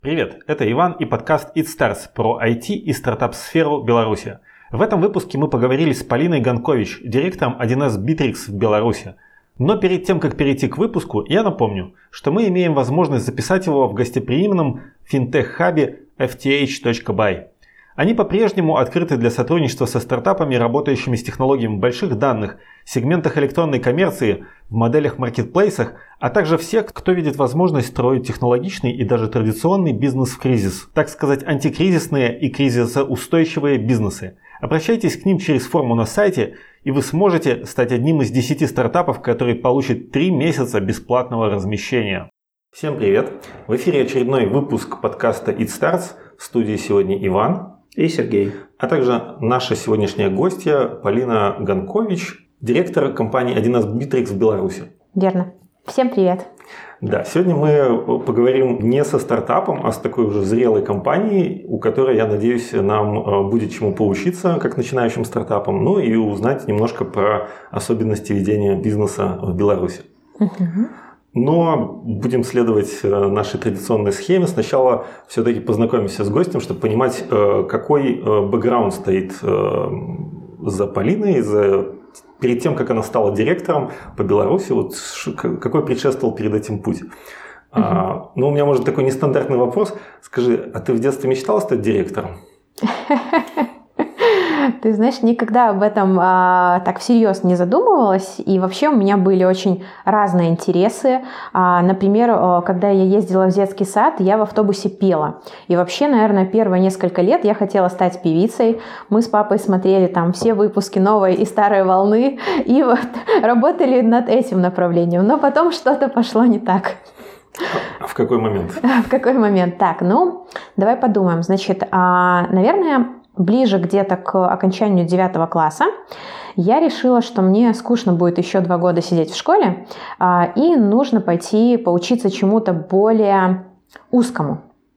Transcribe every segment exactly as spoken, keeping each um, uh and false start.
Привет, это Иван и подкаст It Stars про ай ти и стартап-сферу Беларуси. В этом выпуске мы поговорили с Полиной Ганкович, директором один эс Bittrex в Беларуси. Но перед тем, как перейти к выпуску, я напомню, что мы имеем возможность записать его в гостеприимном финтех-хабе эф ти эйч точка бай. Они по-прежнему открыты для сотрудничества со стартапами, работающими с технологиями больших данных, сегментах электронной коммерции, в моделях маркетплейсах, а также всех, кто видит возможность строить технологичный и даже традиционный бизнес в кризис. Так сказать, антикризисные и кризисоустойчивые бизнесы. Обращайтесь к ним через форму на сайте, и вы сможете стать одним из десяти стартапов, которые получат три месяца бесплатного размещения. Всем привет! В эфире очередной выпуск подкаста It Stars. В студии сегодня Иван и Сергей, а также наша сегодняшняя гостья Полина Ганкович, директор компании один эс Bittrex в Беларуси. Верно. Всем привет. Да, сегодня мы поговорим не со стартапом, а с такой уже зрелой компанией, у которой, я надеюсь, нам будет чему поучиться, как начинающим стартапам, ну и узнать немножко про особенности ведения бизнеса в Беларуси. Uh-huh. Но будем следовать нашей традиционной схеме. Сначала все-таки познакомимся с гостем, чтобы понимать, какой бэкграунд стоит за Полиной, за... перед тем, как она стала директором по Беларуси, вот какой предшествовал перед этим путь. Uh-huh. А, ну, у меня, может, такой нестандартный вопрос. Скажи, а ты в детстве мечтала стать директором? Ты знаешь, никогда об этом а, так всерьез не задумывалась. И вообще у меня были очень разные интересы. А, например, когда я ездила в детский сад, я в автобусе пела. И вообще, наверное, первые несколько лет я хотела стать певицей. Мы с папой смотрели там все выпуски «Новой» и «Старой волны» и вот работали над этим направлением. Но потом что-то пошло не так. А в какой момент? В какой момент? Так, ну, давай подумаем. Значит, а, наверное... ближе где-то к окончанию девятого класса я решила, что мне скучно будет еще два года сидеть в школе, и нужно пойти поучиться чему-то более узкому.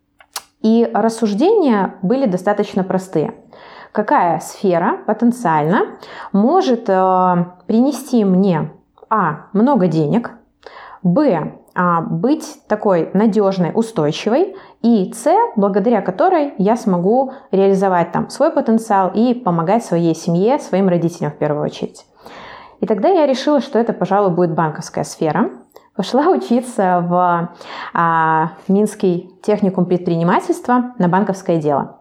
И рассуждения были достаточно простые. Какая сфера потенциально может принести мне а. много денег, б. быть такой надежной, устойчивой, и С, благодаря которой я смогу реализовать там свой потенциал и помогать своей семье, своим родителям в первую очередь. И тогда я решила, что это, пожалуй, будет банковская сфера. Пошла учиться в а, Минский техникум предпринимательства на банковское дело.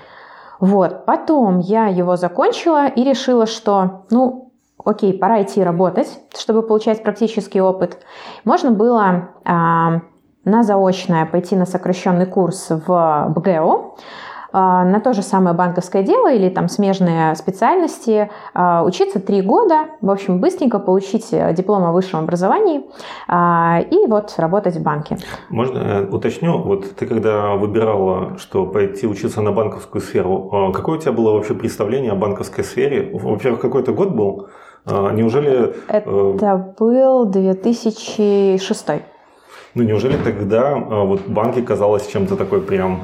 Вот. Потом я его закончила и решила, что, ну, окей, пора идти работать, чтобы получать практический опыт. Можно было а, на заочное пойти на сокращенный курс в БГЭО, а, на то же самое банковское дело или там смежные специальности, а, учиться три года, в общем, быстренько получить диплом о высшем образовании а, и вот работать в банке. Можно я уточню? Вот ты когда выбирала, что пойти учиться на банковскую сферу, какое у тебя было вообще представление о банковской сфере? Во-первых, какой-то год был? Неужели... Это был две тысячи шестой. Ну, неужели тогда вот банки казалось чем-то такой прям...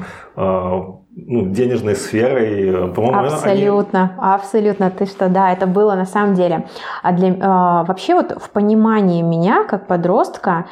ну, денежной сферой, по-моему, абсолютно, они... абсолютно, ты что, да, это было на самом деле. А для э, вообще вот в понимании меня как подростка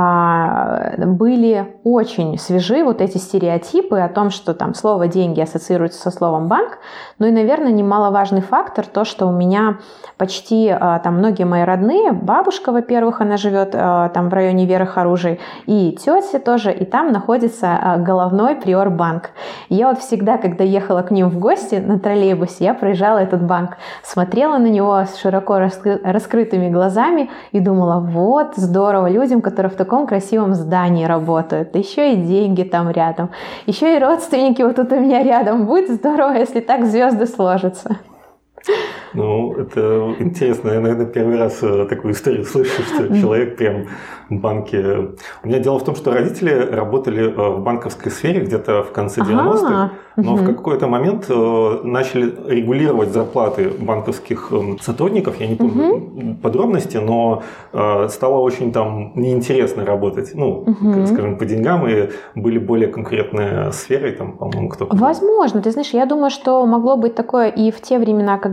э, были очень свежи вот эти стереотипы о том, что там слово деньги ассоциируется со словом банк. Ну и, наверное, немаловажный фактор то, что у меня почти э, там многие мои родные, бабушка, во-первых, она живет э, там в районе Веры Харужей, и тетя тоже, и там находится э, головной Приорбанк. Я вот всегда, когда ехала к ним в гости на троллейбусе, я проезжала этот банк, смотрела на него с широко раскры- раскрытыми глазами и думала, вот, здорово, людям, которые в таком красивом здании работают, еще и деньги там рядом, еще и родственники вот тут у меня рядом, будет здорово, если так звезды сложатся. Ну, это интересно. Я, наверное, первый раз такую историю слышу, что человек прям в банке... У меня дело в том, что родители работали в банковской сфере где-то в конце девяностых, ага. но угу. в какой-то момент начали регулировать зарплаты банковских сотрудников. Я не помню угу. подробности, но стало очень там неинтересно работать. Ну, угу. скажем, по деньгам, и были более конкурентные сферы, там, по-моему, кто-то... Возможно. Ты знаешь, я думаю, что могло быть такое и в те времена, когда я планировала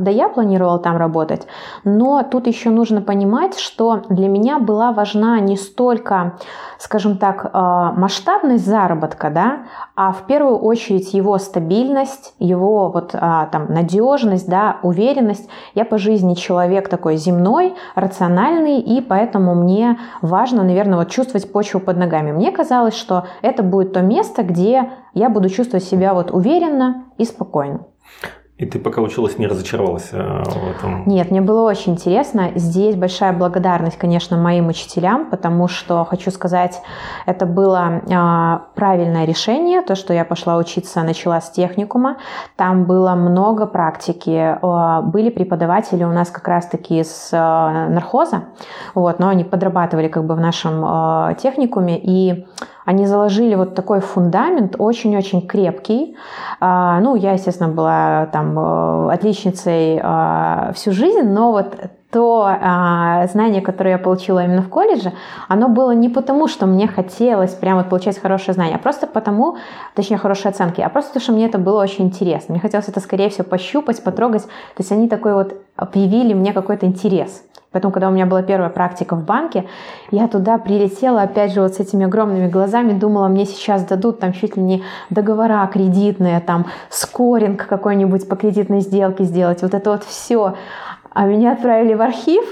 планировала там работать. Но тут еще нужно понимать, что для меня была важна не столько, скажем так, масштабность заработка, да, а в первую очередь его стабильность, его вот там надежность, да, уверенность. Я по жизни человек такой земной, рациональный, и поэтому мне важно, наверное, вот чувствовать почву под ногами. Мне казалось, что это будет то место, где я буду чувствовать себя вот уверенно и спокойно. И ты пока училась, не разочаровалась в этом? Нет, мне было очень интересно. Здесь большая благодарность, конечно, моим учителям, потому что, хочу сказать, это было э, правильное решение, то, что я пошла учиться, начала с техникума. Там было много практики. Э, были преподаватели у нас как раз-таки с э, нархоза, вот, но они подрабатывали как бы в нашем э, техникуме, и они заложили вот такой фундамент, очень-очень крепкий. Ну, я, естественно, была там отличницей всю жизнь, но вот то знание, которое я получила именно в колледже, оно было не потому, что мне хотелось прямо вот получать хорошие знания, а просто потому, точнее, хорошие оценки, а просто потому, что мне это было очень интересно. Мне хотелось это, скорее всего, пощупать, потрогать. То есть они такой вот привили мне какой-то интерес. Поэтому, когда у меня была первая практика в банке, я туда прилетела, опять же, вот с этими огромными глазами, думала, мне сейчас дадут там чуть ли не договора кредитные, там скоринг какой-нибудь по кредитной сделке сделать, вот это вот все. А меня отправили в архив.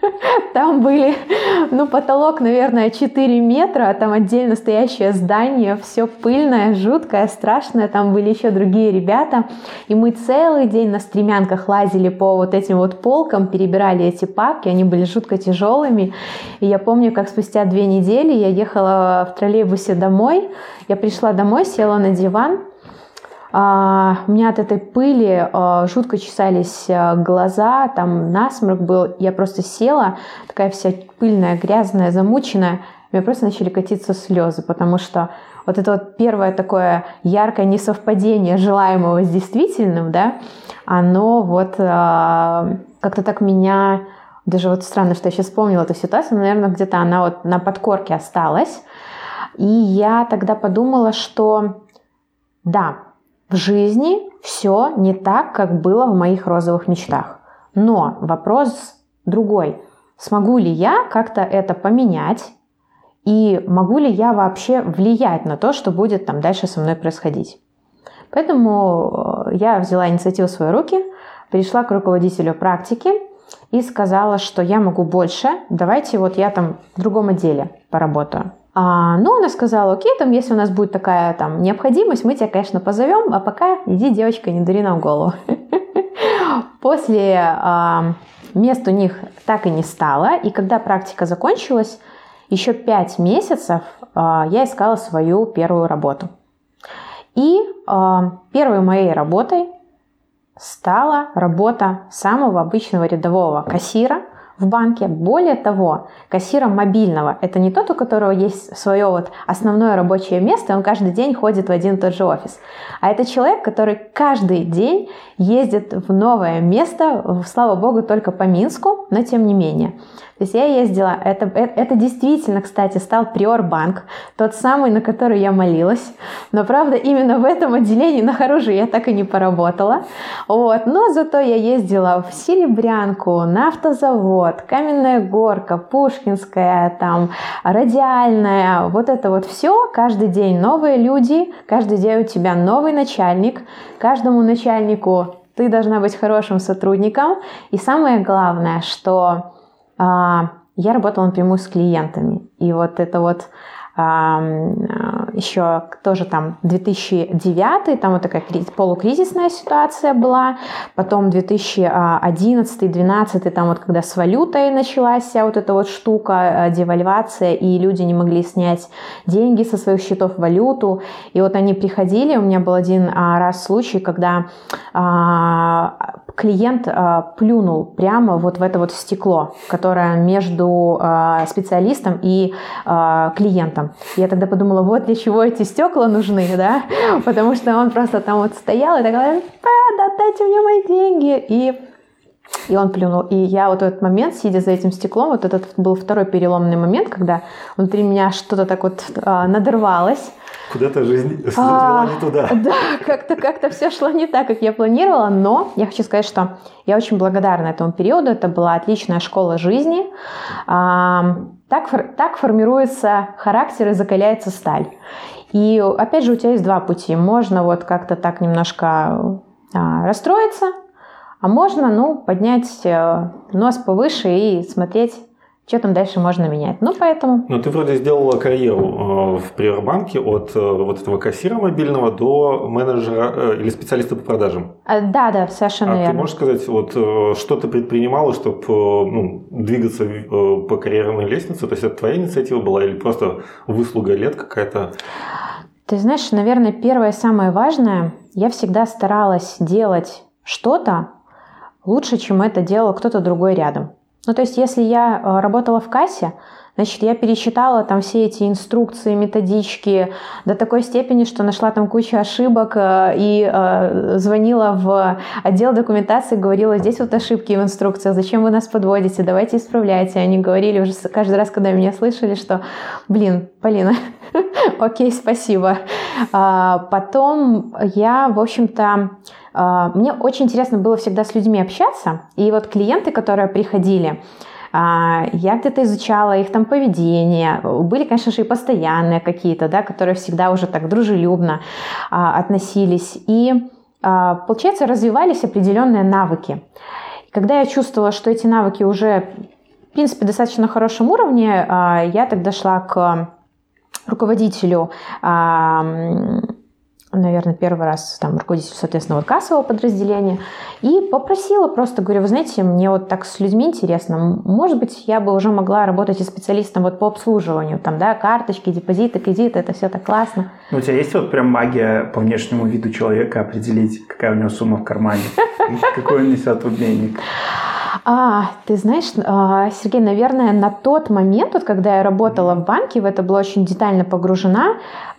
Там были, ну, потолок, наверное, четыре метра, там отдельно стоящее здание, все пыльное, жуткое, страшное, там были еще другие ребята, и мы целый день на стремянках лазили по вот этим вот полкам, перебирали эти папки, они были жутко тяжелыми, и я помню, как спустя две недели я ехала в троллейбусе домой, я пришла домой, села на диван, Uh, у меня от этой пыли uh, жутко чесались uh, глаза, там насморк был. Я просто села, такая вся пыльная, грязная, замученная. У меня просто начали катиться слезы, потому что вот это вот первое такое яркое несовпадение желаемого с действительным, да, оно вот uh, как-то так меня... Даже вот странно, что я сейчас вспомнила эту ситуацию, но, наверное, где-то она вот на подкорке осталась. И я тогда подумала, что да, в жизни все не так, как было в моих розовых мечтах. Но вопрос другой. Смогу ли я как-то это поменять? И могу ли я вообще влиять на то, что будет там дальше со мной происходить? Поэтому я взяла инициативу в свои руки, пришла к руководителю практики и сказала, что я могу больше. Давайте вот я там в другом отделе поработаю. А, ну, она сказала, окей, там, если у нас будет такая там необходимость, мы тебя, конечно, позовем, а пока иди, девочка, не дури нам голову. После а, мест у них так и не стало, и когда практика закончилась, еще пять месяцев а, я искала свою первую работу. И а, первой моей работой стала работа самого обычного рядового кассира в банке. Более того, кассира мобильного. Это не тот, у которого есть свое вот основное рабочее место, он каждый день ходит в один и тот же офис. А это человек, который каждый день ездит в новое место, слава богу, только по Минску, но тем не менее. То есть я ездила, это, это, это действительно, кстати, стал Приорбанк, тот самый, на который я молилась. Но, правда, именно в этом отделении на Харуже я так и не поработала. Вот. Но зато я ездила в Серебрянку, на автозавод, Каменная Горка, Пушкинская, там, Радиальная. Вот это вот все. Каждый день новые люди, каждый день у тебя новый начальник. Каждому начальнику ты должна быть хорошим сотрудником. И самое главное, что я работала напрямую с клиентами. И вот это вот еще тоже там две тысячи девятый, там вот такая полукризисная ситуация была, потом две тысячи одиннадцатый двенадцатый, там вот когда с валютой началась вся вот эта вот штука, девальвация, и люди не могли снять деньги со своих счетов в валюту, и вот они приходили, у меня был один раз случай, когда клиент плюнул прямо вот в это вот стекло, которое между специалистом и клиентом. Я тогда подумала, вот для чего эти стекла нужны, да, потому что он просто там вот стоял и такой, да, дайте мне мои деньги, и И он плюнул. И я вот в этот момент, сидя за этим стеклом, вот этот был второй переломный момент, когда внутри меня что-то так вот а, надорвалось. Куда-то жизнь завела не туда. Да, как-то, как-то все шло не так, как я планировала, но я хочу сказать, что я очень благодарна этому периоду. Это была отличная школа жизни. А, так, так формируется характер и закаляется сталь. И опять же, у тебя есть два пути. Можно вот как-то так немножко а, расстроиться, а можно, ну, поднять нос повыше и смотреть, что там дальше можно менять. Ну, поэтому... Но ты вроде сделала карьеру в Приватбанке от вот этого кассира мобильного до менеджера или специалиста по продажам. Да, да, совершенно а верно. А ты можешь сказать, вот что ты предпринимала, чтобы ну, двигаться по карьерной лестнице? То есть это твоя инициатива была или просто выслуга лет какая-то? Ты знаешь, наверное, первое и самое важное, я всегда старалась делать что-то лучше, чем это делал кто-то другой рядом. Ну, то есть, если я работала в кассе, значит, я перечитала там все эти инструкции, методички до такой степени, что нашла там кучу ошибок и э, звонила в отдел документации, говорила, здесь вот ошибки в инструкциях, зачем вы нас подводите, давайте исправляйте. Они говорили уже каждый раз, когда меня слышали, что, блин, Полина, окей, спасибо. А, потом я, в общем-то, мне очень интересно было всегда с людьми общаться, и вот клиенты, которые приходили, я где-то изучала их там поведение, были, конечно же, и постоянные какие-то, да, которые всегда уже так дружелюбно относились, и, получается, развивались определенные навыки. И когда я чувствовала, что эти навыки уже, в принципе, достаточно на хорошем уровне, я тогда шла к руководителю, наверное, первый раз там руководитель, соответственно, вот кассового подразделения, и попросила просто, говорю, вы знаете, мне вот так с людьми интересно, может быть, я бы уже могла работать и специалистом вот по обслуживанию, там, да, карточки, депозиты, кредиты, это все так классно. Ну, у тебя есть вот прям магия по внешнему виду человека определить, какая у него сумма в кармане, какой он несет рубленник? А, ты знаешь, Сергей, наверное, на тот момент, вот, когда я работала в банке, в это была очень детально погружена,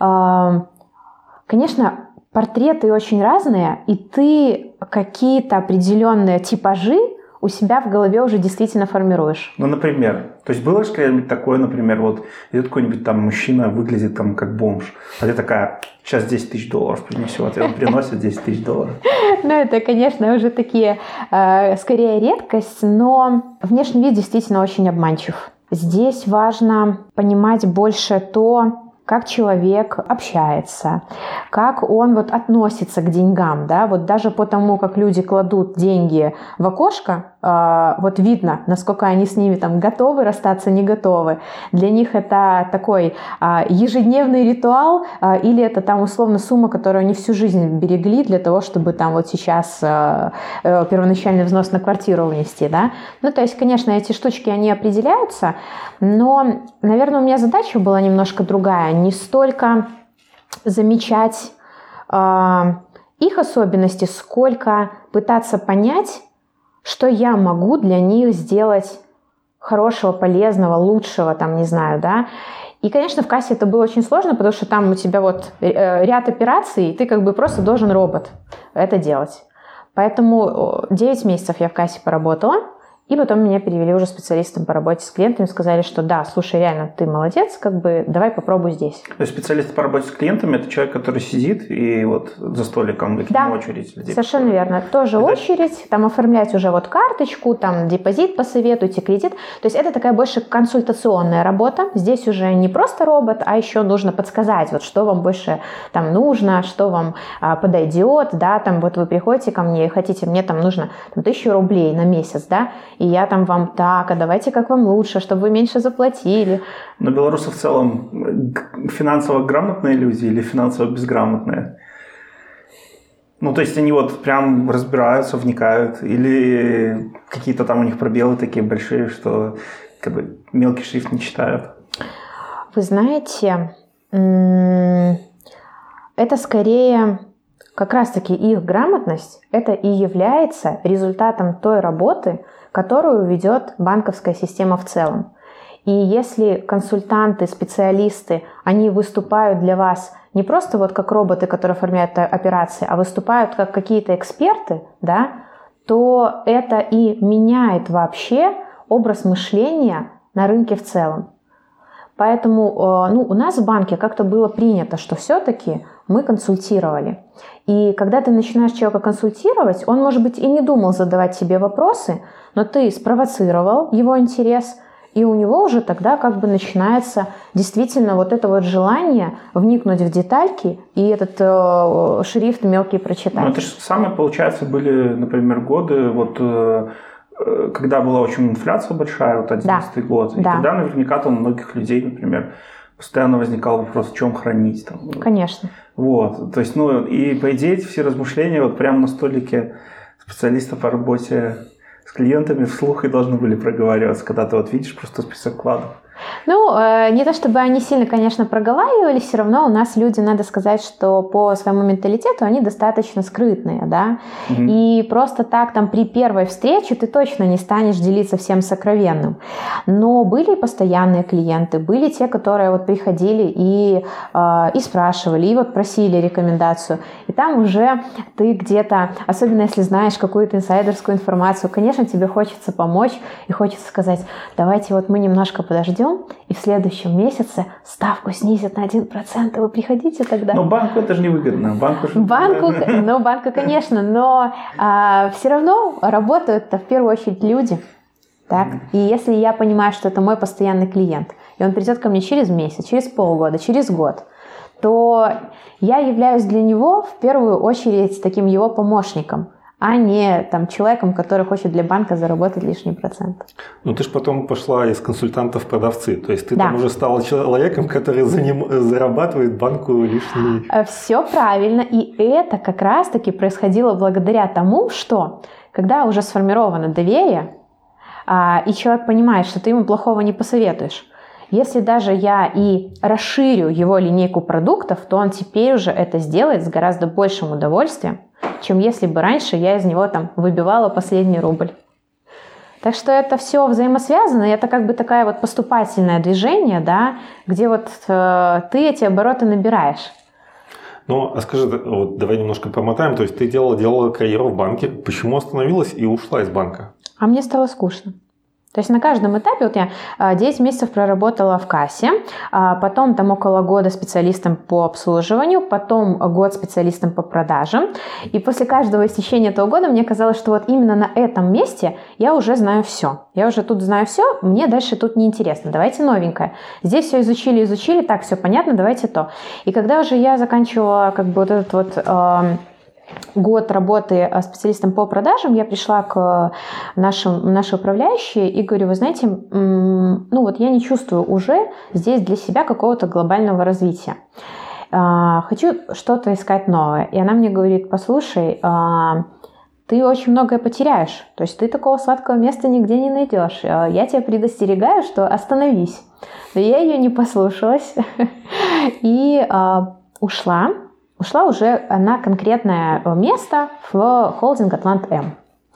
конечно, портреты очень разные, и ты какие-то определенные типажи у себя в голове уже действительно формируешь. Ну, например, то есть было же когда-нибудь такое, например, вот идет какой-нибудь там мужчина, выглядит там как бомж, а ты такая, сейчас десять тысяч долларов принесет, и он приносит десять тысяч долларов. Ну, это, конечно, уже такие, э, скорее редкость, но внешний вид действительно очень обманчив. Здесь важно понимать больше то, как человек общается, как он вот относится к деньгам, да, вот даже по тому, как люди кладут деньги в окошко, э, вот видно, насколько они с ними там готовы расстаться, не готовы. Для них это такой э, ежедневный ритуал э, или это там условно сумма, которую они всю жизнь берегли для того, чтобы там вот сейчас э, э, первоначальный взнос на квартиру внести, да. Ну, то есть, конечно, эти штучки, они определяются, но, наверное, у меня задача была немножко другая. Не столько замечать э, их особенности, сколько пытаться понять, что я могу для них сделать хорошего, полезного, лучшего, там, не знаю, да. И, конечно, в кассе это было очень сложно, потому что там у тебя вот э, ряд операций, и ты как бы просто должен робот это делать. Поэтому девять месяцев я в кассе поработала. И потом меня перевели уже специалистом по работе с клиентами, сказали, что да, слушай, реально, ты молодец, как бы давай попробуй здесь. То есть специалист по работе с клиентами – это человек, который сидит и вот за столиком, к да, нему очередь людей. Совершенно верно. Тоже это... очередь, там оформлять уже вот карточку, там депозит посоветуйте, кредит. То есть это такая больше консультационная работа. Здесь уже не просто робот, а еще нужно подсказать, вот что вам больше там нужно, что вам а, подойдет, да, там вот вы приходите ко мне и хотите, мне там нужно там, тысячу рублей на месяц, да, и я там вам так, а давайте как вам лучше, чтобы вы меньше заплатили. Но белорусы в целом финансово грамотные люди или финансово безграмотные? Ну, то есть они вот прям разбираются, вникают, или какие-то там у них пробелы такие большие, что как бы мелкий шрифт не читают? Вы знаете, это скорее... Как раз-таки их грамотность – это и является результатом той работы, которую ведет банковская система в целом. И если консультанты, специалисты, они выступают для вас не просто вот как роботы, которые оформляют операции, а выступают как какие-то эксперты, да, то это и меняет вообще образ мышления на рынке в целом. Поэтому ну, у нас в банке как-то было принято, что все-таки мы консультировали. И когда ты начинаешь человека консультировать, он, может быть, и не думал задавать тебе вопросы, но ты спровоцировал его интерес, и у него уже тогда как бы начинается действительно вот это вот желание вникнуть в детальки и этот э, шрифт мелкий прочитать. Ну, это же самые, получается, были, например, годы, вот, э, когда была очень инфляция большая, вот одиннадцатый да. год, и да. тогда наверняка там у многих людей, например, постоянно возникал вопрос, в чем хранить. Там. Конечно. Вот, то есть, ну, и по идее эти все размышления вот прямо на столике специалиста по работе с клиентами вслух и должны были проговариваться, когда ты вот видишь просто список вкладов. Ну, э, не то чтобы они сильно, конечно, проговаривали, все равно у нас люди, надо сказать, что по своему менталитету они достаточно скрытные, да, mm-hmm. и просто так там при первой встрече ты точно не станешь делиться всем сокровенным. Но были постоянные клиенты, были те, которые вот приходили и, э, и спрашивали, и вот просили рекомендацию, и там уже ты где-то, особенно если знаешь какую-то инсайдерскую информацию, конечно, тебе хочется помочь и хочется сказать, давайте вот мы немножко подождем, и в следующем месяце ставку снизят на один процент, и вы приходите тогда. Но банку это же невыгодно. Банку, же... банку, ну, банку, конечно, но а, все равно работают-то в первую очередь люди. Так? Mm-hmm. И если я понимаю, что это мой постоянный клиент, и он придет ко мне через месяц, через полгода, через год, то я являюсь для него в первую очередь таким его помощником, а не там, человеком, который хочет для банка заработать лишний процент. Ну, ты же потом пошла из консультантов в продавцы. То есть ты да. там уже стала человеком, который заним... зарабатывает банку лишний... Все правильно. И это как раз-таки происходило благодаря тому, что когда уже сформировано доверие, и человек понимает, что ты ему плохого не посоветуешь, если даже я и расширю его линейку продуктов, то он теперь уже это сделает с гораздо большим удовольствием, чем если бы раньше я из него там выбивала последний рубль. Так что это все взаимосвязано, и это как бы такое вот поступательное движение, да, где вот э, ты эти обороты набираешь. Ну, а скажи, вот давай немножко помотаем, то есть ты делала, делала карьеру в банке, почему остановилась и ушла из банка? А мне стало скучно. То есть на каждом этапе, вот я девять месяцев проработала в кассе, потом там около года специалистом по обслуживанию, потом год специалистом по продажам. И после каждого истечения этого года мне казалось, что вот именно на этом месте я уже знаю все. Я уже тут знаю все, мне дальше тут неинтересно, давайте новенькое. Здесь все изучили, изучили, так, все понятно, давайте то. И когда уже я заканчивала как бы вот этот вот... Э, год работы специалистом по продажам, я пришла к нашим, нашей управляющей и говорю, вы знаете, ну вот я не чувствую уже здесь для себя какого-то глобального развития. Хочу что-то искать новое. И она мне говорит, послушай, ты очень многое потеряешь. То есть ты такого сладкого места нигде не найдешь. Я тебя предостерегаю, что остановись. Но я ее не послушалась и ушла. Ушла уже на конкретное место в холдинг Атлант-М.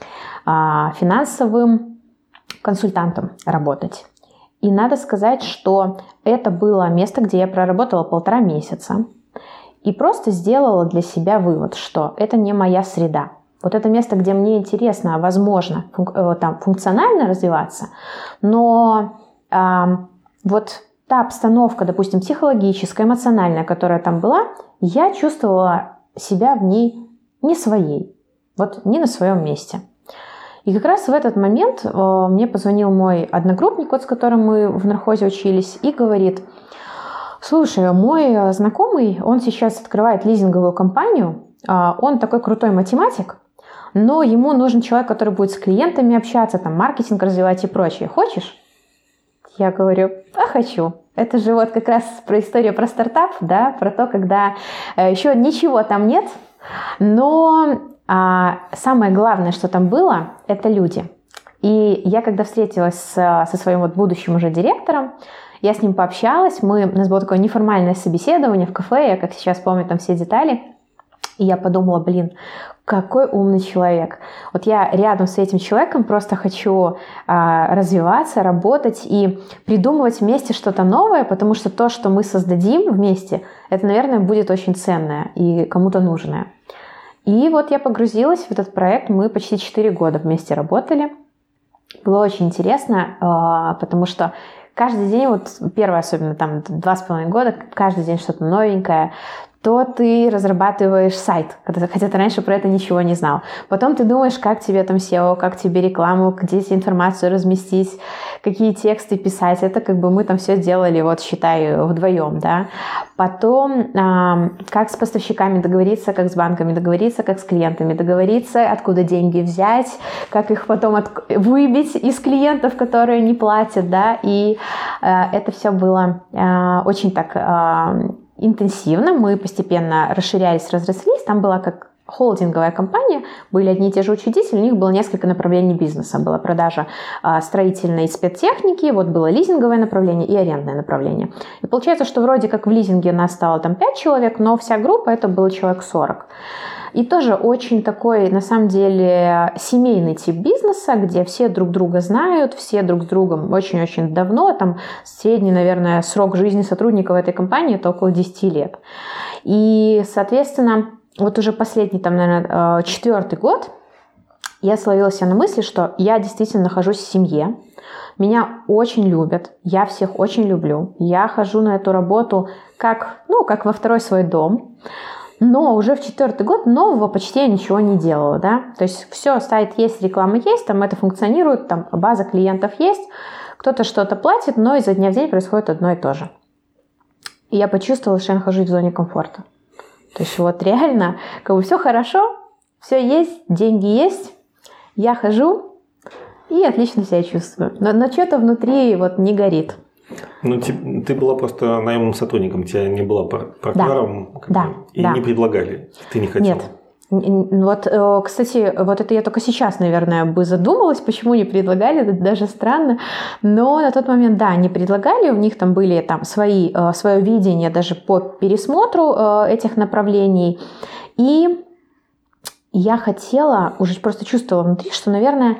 Финансовым консультантом работать. И надо сказать, что это было место, где я проработала полтора месяца. И просто сделала для себя вывод, что это не моя среда. Вот это место, где мне интересно, возможно, функ- там, функционально развиваться, но э, вот та обстановка, допустим, психологическая, эмоциональная, которая там была, я чувствовала себя в ней не своей, вот не на своем месте. И как раз в этот момент э, мне позвонил мой одногруппник, вот, с которым мы в нархозе учились, и говорит, слушай, мой знакомый, он сейчас открывает лизинговую компанию, э, он такой крутой математик, но ему нужен человек, который будет с клиентами общаться, там, маркетинг развивать и прочее. Хочешь? Я говорю, а хочу. Это же вот как раз про историю про стартап, да, про то, когда э, еще ничего там нет, но а, самое главное, что там было, это люди. И я когда встретилась с, со своим вот будущим уже директором, я с ним пообщалась, мы, у нас было такое неформальное собеседование в кафе, я как сейчас помню там все детали, и я подумала, блин, какой умный человек. Вот я рядом с этим человеком просто хочу а, развиваться, работать и придумывать вместе что-то новое, потому что то, что мы создадим вместе, это, наверное, будет очень ценное и кому-то нужное. И вот я погрузилась в этот проект, мы почти четыре года вместе работали. Было очень интересно, потому что каждый день, вот первое особенно, там два с половиной года, каждый день что-то новенькое, то ты разрабатываешь сайт, хотя ты раньше про это ничего не знал. Потом ты думаешь, как тебе там сео, как тебе рекламу, где тебе информацию разместить, какие тексты писать. Это как бы мы там все делали, вот считай, вдвоем, да. Потом, как с поставщиками договориться, как с банками договориться, как с клиентами договориться, откуда деньги взять, как их потом от... выбить из клиентов, которые не платят, да. И это все было очень так... интенсивно, мы постепенно расширялись, разрослись. Там была как холдинговая компания, были одни и те же учредители, у них было несколько направлений бизнеса. Была продажа а, строительной спецтехники, вот было лизинговое направление и арендное направление. И получается, что вроде как в лизинге нас стало там пять человек, но вся группа это было человек сорок. И тоже очень такой, на самом деле, семейный тип бизнеса, где все друг друга знают, все друг с другом очень-очень давно. Там средний, наверное, срок жизни сотрудников этой компании – это около десять лет. И, соответственно, вот уже последний, там, наверное, четвертый год я словила себя на мысли, что я действительно нахожусь в семье, меня очень любят, я всех очень люблю, я хожу на эту работу как, ну, как во второй свой дом. Но уже в четвертый год нового почти я ничего не делала, да, то есть все, сайт есть, реклама есть, там это функционирует, там база клиентов есть, кто-то что-то платит, но изо дня в день происходит одно и то же. И я почувствовала, что я нахожусь в зоне комфорта. То есть вот реально, как бы все хорошо, все есть, деньги есть, я хожу и отлично себя чувствую, но, но что-то внутри вот не горит. Ну, ты, ты была просто наемным сотрудником, тебя не была партнером, да, и да. не предлагали, ты не хотела. Нет. Вот, кстати, вот это я только сейчас, наверное, бы задумалась, почему не предлагали, это даже странно, но на тот момент, да, не предлагали, у них там были там свои, свое видение даже по пересмотру этих направлений, и я хотела, уже просто чувствовала внутри, что, наверное,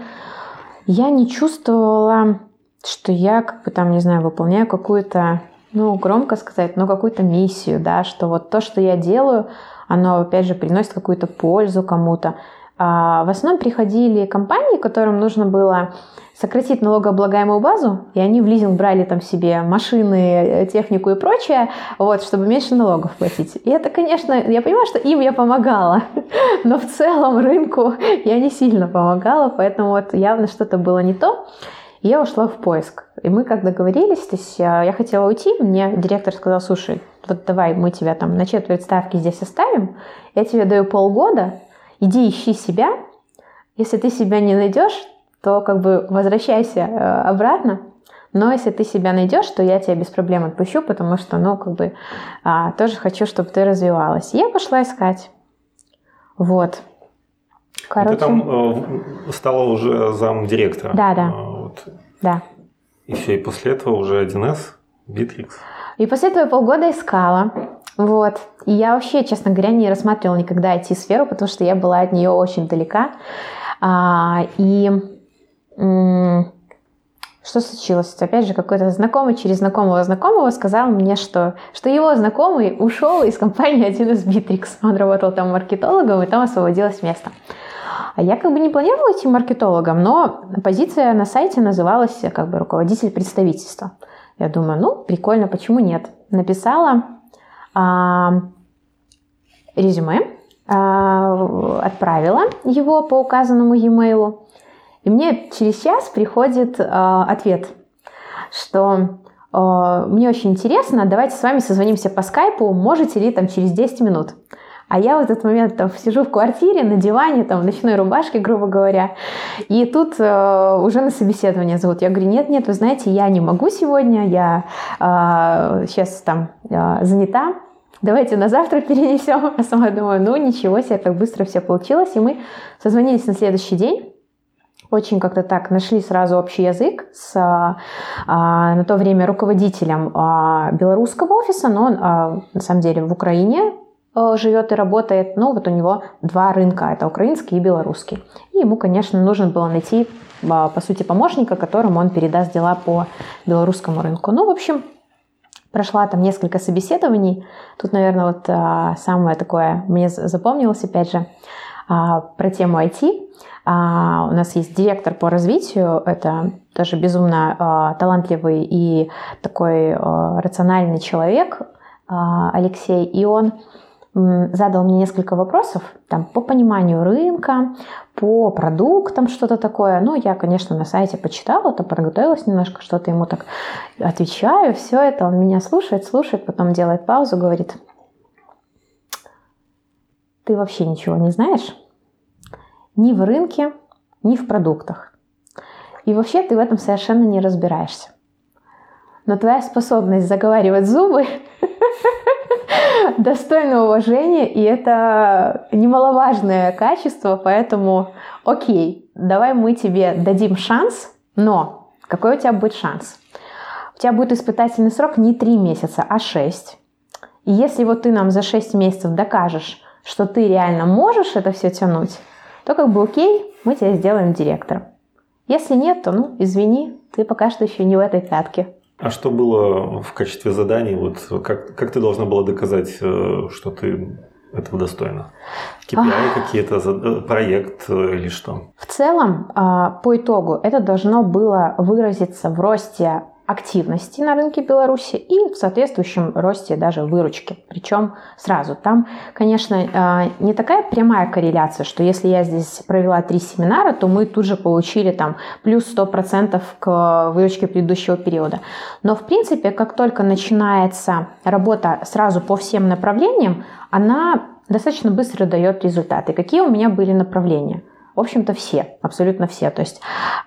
я не чувствовала, что я, как бы там, не знаю, выполняю какую-то, ну, громко сказать, но какую-то миссию, да, что вот то, что я делаю, оно, опять же, приносит какую-то пользу кому-то. А в основном приходили компании, которым нужно было сократить налогооблагаемую базу, и они в лизинг брали там себе машины, технику и прочее, вот, чтобы меньше налогов платить. И это, конечно, я понимаю, что им я помогала, но в целом рынку я не сильно помогала, поэтому вот явно что-то было не то. И я ушла в поиск. И мы как договорились, то есть я хотела уйти, мне директор сказал: слушай, вот давай мы тебя там на четверть ставки здесь оставим, я тебе даю полгода, иди ищи себя, если ты себя не найдешь, то как бы возвращайся обратно, но если ты себя найдешь, то я тебя без проблем отпущу, потому что, ну, как бы а, тоже хочу, чтобы ты развивалась. И я пошла искать. Вот. Короче, ты там э, стала уже замдиректора. Да, да. А, вот. Да. И все, и после этого уже один эс, Bittrex. И после этого я полгода искала. Вот. И я вообще, честно говоря, не рассматривала никогда ай ти-сферу, потому что я была от нее очень далека. А, и м- что случилось? Опять же, какой-то знакомый через знакомого знакомого сказал мне, что, что его знакомый ушел из компании один эс Bittrex. Он работал там маркетологом, и там освободилось место. А я как бы не планировала идти маркетологом, но позиция на сайте называлась как бы руководитель представительства. Я думаю, ну, прикольно, почему нет? Написала а, резюме, а, отправила его по указанному e-mail, и мне через час приходит а, ответ, что а, мне очень интересно, давайте с вами созвонимся по скайпу, можете ли там через десять минут. А я в этот момент там сижу в квартире, на диване, там, в ночной рубашке, грубо говоря. И тут э, уже на собеседование зовут. Я говорю, нет-нет, вы знаете, я не могу сегодня, я э, сейчас там э, занята. Давайте на завтра перенесем. А сама думаю, ну ничего себе, как быстро все получилось. И мы созвонились на следующий день. Очень как-то так нашли сразу общий язык с а, на то время руководителем а, белорусского офиса, но он а, на самом деле в Украине живет и работает, но вот у него два рынка, это украинский и белорусский. И ему, конечно, нужно было найти, по сути, помощника, которому он передаст дела по белорусскому рынку. Ну, в общем, прошла там несколько собеседований. Тут, наверное, вот а, самое такое мне запомнилось, опять же, а, про тему ай ти. А, у нас есть директор по развитию, это тоже безумно а, талантливый и такой а, рациональный человек, а, Алексей, и он задал мне несколько вопросов там, по пониманию рынка, по продуктам, что-то такое. Ну, я, конечно, на сайте почитала, то подготовилась немножко, что-то ему так отвечаю, все это, он меня слушает, слушает, потом делает паузу, говорит: ты вообще ничего не знаешь ни в рынке, ни в продуктах. И вообще ты в этом совершенно не разбираешься. Но твоя способность заговаривать зубы достойно уважения, и это немаловажное качество, поэтому окей, давай мы тебе дадим шанс, но какой у тебя будет шанс? У тебя будет испытательный срок не три месяца, а шесть. И если вот ты нам за шесть месяцев докажешь, что ты реально можешь это все тянуть, то как бы окей, мы тебя сделаем директором. Если нет, то, ну, извини, ты пока что еще не в этой пятке. А что было в качестве заданий? Вот как, как ты должна была доказать, что ты этого достойна? кей пи ай какие-то, проект или что? В целом, по итогу, это должно было выразиться в росте активности на рынке Беларуси и в соответствующем росте даже выручки. Причем сразу. Там, конечно, не такая прямая корреляция, что если я здесь провела три семинара, то мы тут же получили там плюс сто процентов к выручке предыдущего периода. Но, в принципе, как только начинается работа сразу по всем направлениям, она достаточно быстро дает результаты. Какие у меня были направления? В общем-то, все, абсолютно все. То есть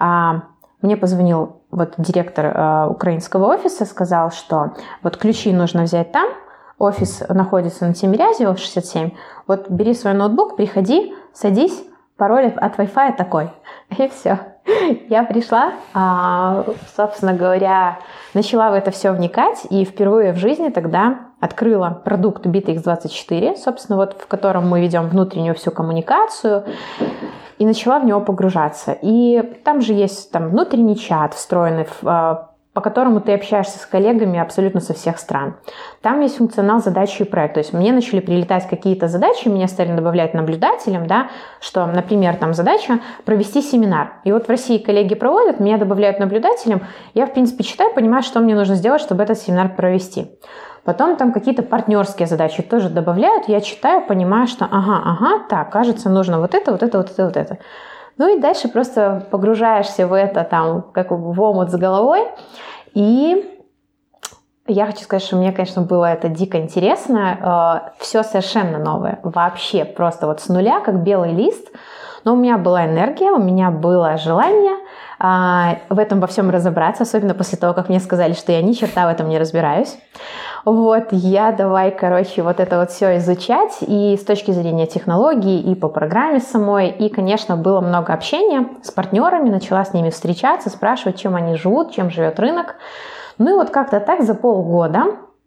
мне позвонил вот директор э, украинского офиса, сказал, что вот ключи нужно взять там, офис находится на Тимирязева, шестьдесят семь, вот бери свой ноутбук, приходи, садись, пароль от Wi-Fi такой. И все. Я пришла, а, собственно говоря, начала в это все вникать, и впервые в жизни тогда открыла продукт би ти икс двадцать четыре, собственно, вот в котором мы ведем внутреннюю всю коммуникацию, и начала в него погружаться. И там же есть там внутренний чат встроенный, по которому ты общаешься с коллегами абсолютно со всех стран. Там есть функционал задачи и проект. То есть мне начали прилетать какие-то задачи, меня стали добавлять наблюдателем, да, что, например, там задача провести семинар. И вот в России коллеги проводят, меня добавляют наблюдателем. Я, в принципе, читаю, понимаю, что мне нужно сделать, чтобы этот семинар провести. Потом там какие-то партнерские задачи тоже добавляют. Я читаю, понимаю, что ага, ага, так, кажется, нужно вот это, вот это, вот это, вот это. Ну и дальше просто погружаешься в это там, как в омут с головой. И я хочу сказать, что мне, конечно, было это дико интересно. Все совершенно новое. Вообще просто вот с нуля, как белый лист. Но у меня была энергия, у меня было желание в этом во всем разобраться, особенно после того, как мне сказали, что я ни черта в этом не разбираюсь. Вот, я давай, короче, вот это вот все изучать и с точки зрения технологий, и по программе самой, и, конечно, было много общения с партнерами, начала с ними встречаться, спрашивать, чем они живут, чем живет рынок. Ну и вот как-то так за полгода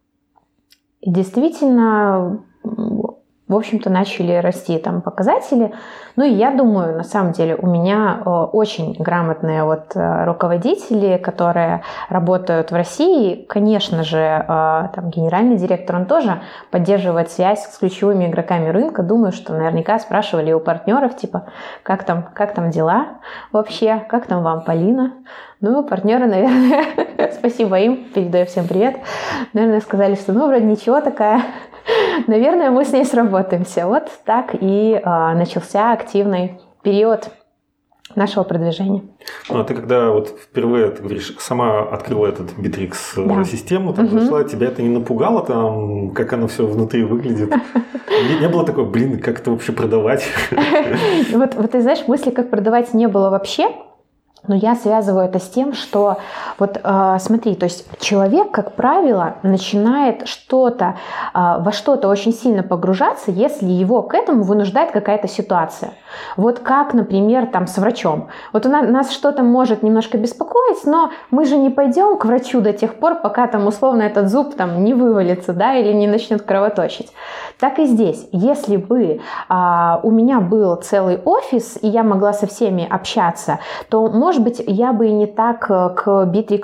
действительно, в общем-то, начали расти там показатели. Ну и я думаю, на самом деле, у меня очень грамотные вот руководители, которые работают в России. Конечно же, там генеральный директор, он тоже поддерживает связь с ключевыми игроками рынка. Думаю, что наверняка спрашивали у партнеров, типа, как там, как там дела вообще, как там вам Полина? Ну, партнеры, наверное, спасибо им, передаю всем привет. Наверное, сказали, что ну, вроде ничего такая. Наверное, мы с ней сработаемся. Вот так и э, начался активный период нашего продвижения. Ну, а ты когда вот впервые, ты говоришь, сама открыла этот Bittrex-систему, там угу. зашла, тебя это не напугало, там, как оно все внутри выглядит? Не было такого, блин, как это вообще продавать? Вот, вот ты знаешь, мысли, как продавать, не было вообще. Но я связываю это с тем, что вот э, смотри, то есть человек, как правило, начинает что-то, э, во что-то очень сильно погружаться, если его к этому вынуждает какая-то ситуация. Вот как, например, там с врачом. Вот у нас, нас что-то может немножко беспокоить, но мы же не пойдем к врачу до тех пор, пока там условно этот зуб там не вывалится, да, или не начнет кровоточить. Так и здесь. Если бы э, у меня был целый офис, и я могла со всеми общаться, то, может может быть, я бы и не так к Bittrex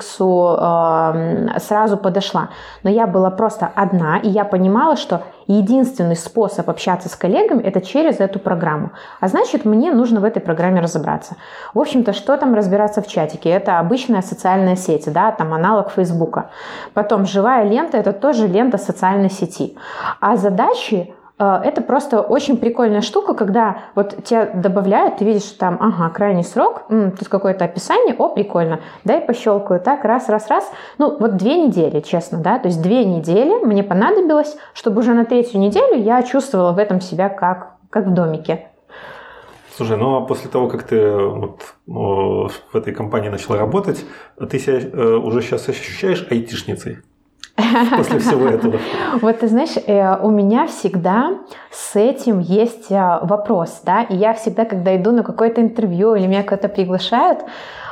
э, сразу подошла, но я была просто одна, и я понимала, что единственный способ общаться с коллегами – это через эту программу. А значит, мне нужно в этой программе разобраться. В общем-то, что там разбираться в чатике? Это обычная социальная сеть, да, там аналог Фейсбука. Потом живая лента – это тоже лента социальной сети. А задачи – это просто очень прикольная штука, когда вот тебя добавляют, ты видишь, что там, ага, крайний срок, м, тут какое-то описание, о, прикольно, дай пощелкаю, так, раз, раз, раз. Ну, вот две недели, честно, да, то есть две недели мне понадобилось, чтобы уже на третью неделю я чувствовала в этом себя как, как в домике. Слушай, ну а после того, как ты вот, о, в этой компании начала работать, ты себя э, уже сейчас ощущаешь айтишницей? После всего этого. Вот ты знаешь, у меня всегда с этим есть вопрос, да, и я всегда, когда иду на какое-то интервью или меня куда-то приглашают,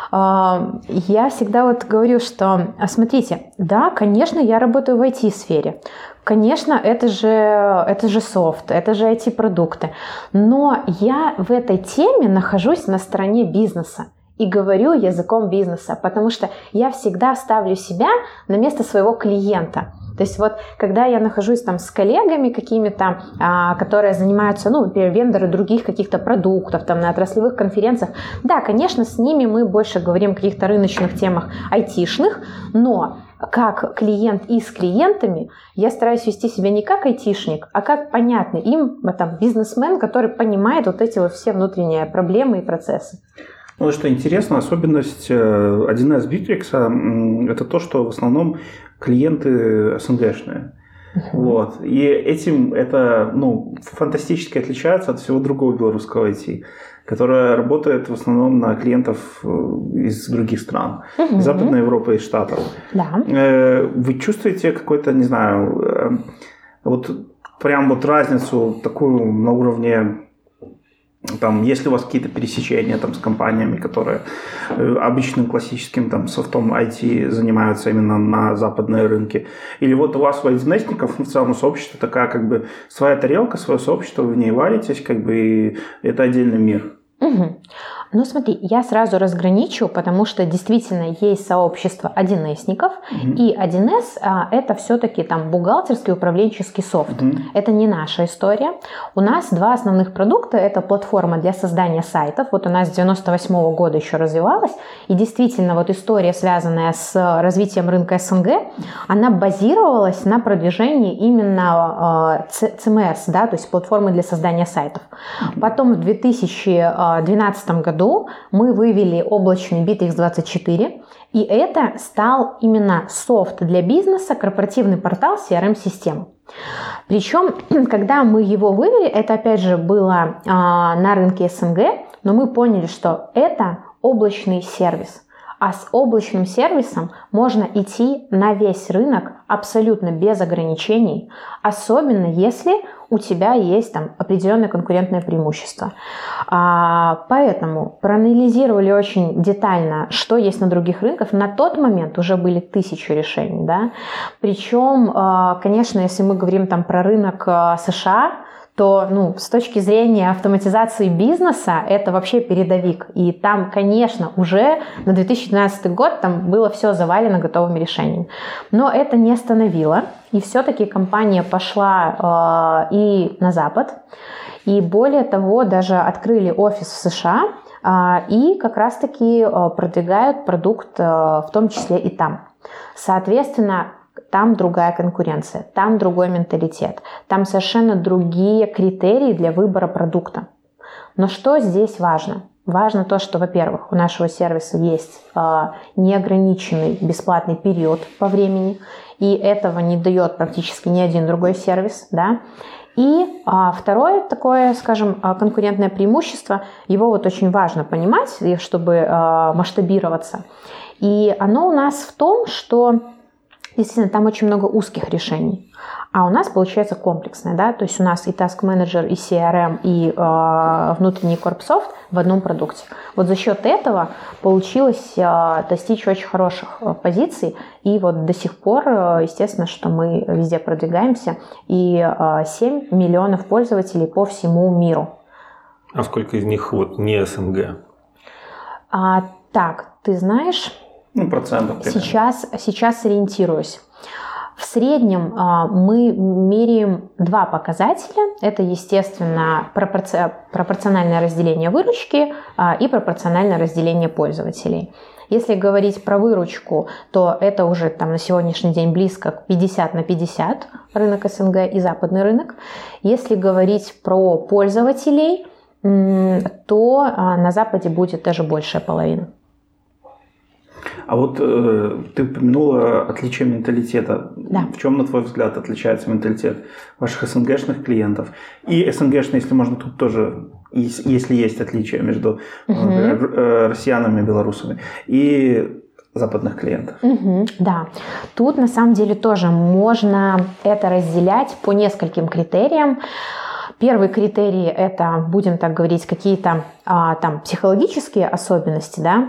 я всегда вот говорю, что, смотрите, да, конечно, я работаю в ай ти-сфере, конечно, это же, это же софт, это же ай ти-продукты, но я в этой теме нахожусь на стороне бизнеса. И говорю языком бизнеса, потому что я всегда ставлю себя на место своего клиента. То есть вот когда я нахожусь там с коллегами какими-то, а, которые занимаются, ну, например, вендоры других каких-то продуктов, там на отраслевых конференциях, да, конечно, с ними мы больше говорим о каких-то рыночных темах айтишных, но как клиент и с клиентами я стараюсь вести себя не как айтишник, а как понятный им там, бизнесмен, который понимает вот эти вот все внутренние проблемы и процессы. Ну, что интересно, особенность один эс Bittrex – это то, что в основном клиенты эс эн гэшные. Uh-huh. Вот. И этим это ну, фантастически отличается от всего другого белорусского ай ти, которое работает в основном на клиентов из других стран, uh-huh. из Западной Европы и Штатов. Uh-huh. Вы чувствуете какой-то, не знаю, вот прям вот разницу такую на уровне... Там, есть ли у вас какие-то пересечения там, с компаниями, которые обычным классическим там, софтом ай ти занимаются именно на западные рынки? Или вот у вас у ай ти эс-ников в целом сообщество такая как бы своя тарелка, свое сообщество, вы в ней варитесь, как бы, и это отдельный мир? Угу. Ну смотри, я сразу разграничу, потому что действительно есть сообщество один эсников, mm-hmm. и один эс а, это все-таки там бухгалтерский управленческий софт. Mm-hmm. Это не наша история. У нас два основных продукта. Это платформа для создания сайтов. Вот у нас с девяносто восьмого года еще развивалась. И действительно вот история, связанная с развитием рынка эс эн гэ, она базировалась на продвижении именно э, си эм эс, да, то есть платформы для создания сайтов. Mm-hmm. Потом в две тысячи двенадцатом году мы вывели облачный Bittrex двадцать четыре, и это стал именно софт для бизнеса, корпоративный портал си ар эм-системы. Причем, когда мы его вывели, это опять же было а, на рынке эс эн гэ, но мы поняли, что это облачный сервис. А с облачным сервисом можно идти на весь рынок абсолютно без ограничений, особенно если у тебя есть там определенное конкурентное преимущество. А, поэтому проанализировали очень детально, что есть на других рынках. На тот момент уже были тысячи решений, да. Причем, а, конечно, если мы говорим там про рынок а, США, то ну, с точки зрения автоматизации бизнеса это вообще передовик. И там, конечно, уже на две тысячи двенадцатый год там было все завалено готовыми решениями. Но это не остановило. И все-таки компания пошла э, и на Запад. И более того, даже открыли офис в США. Э, и как раз-таки э, продвигают продукт э, в том числе и там. Соответственно, там другая конкуренция, там другой менталитет, там совершенно другие критерии для выбора продукта. Но что здесь важно? Важно то, что, во-первых, у нашего сервиса есть э, неограниченный бесплатный период по времени, и этого не дает практически ни один другой сервис, да. И а, второе такое, скажем, конкурентное преимущество, его вот очень важно понимать, чтобы а, масштабироваться. И оно у нас в том, что действительно, там очень много узких решений, а у нас получается комплексное, да, то есть у нас и Task Manager, и си ар эм, и э, внутренний корпсофт в одном продукте. Вот за счет этого получилось э, достичь очень хороших э, позиций, и вот до сих пор, э, естественно, что мы везде продвигаемся, и э, семь миллионов пользователей по всему миру. А сколько из них вот не эс эн гэ? А, Так, ты знаешь, ну, процентов, сейчас, сейчас ориентируюсь. В среднем а, мы меряем два показателя. Это, естественно, пропорци... пропорциональное разделение выручки а, и пропорциональное разделение пользователей. Если говорить про выручку, то это уже там, на сегодняшний день близко к пятьдесят на пятьдесят рынок СНГ и западный рынок. Если говорить про пользователей, то а, на Западе будет даже большая половина. А вот э, ты упомянула отличие менталитета. Да. В чем, на твой взгляд, отличается менталитет ваших СНГшных клиентов? И СНГшные, если можно, тут тоже, если есть отличия между угу. например, россиянами и белорусами, и западных клиентов. Угу, да, тут на самом деле тоже можно это разделять по нескольким критериям. Первый критерий – это, будем так говорить, какие-то а, там психологические особенности, да,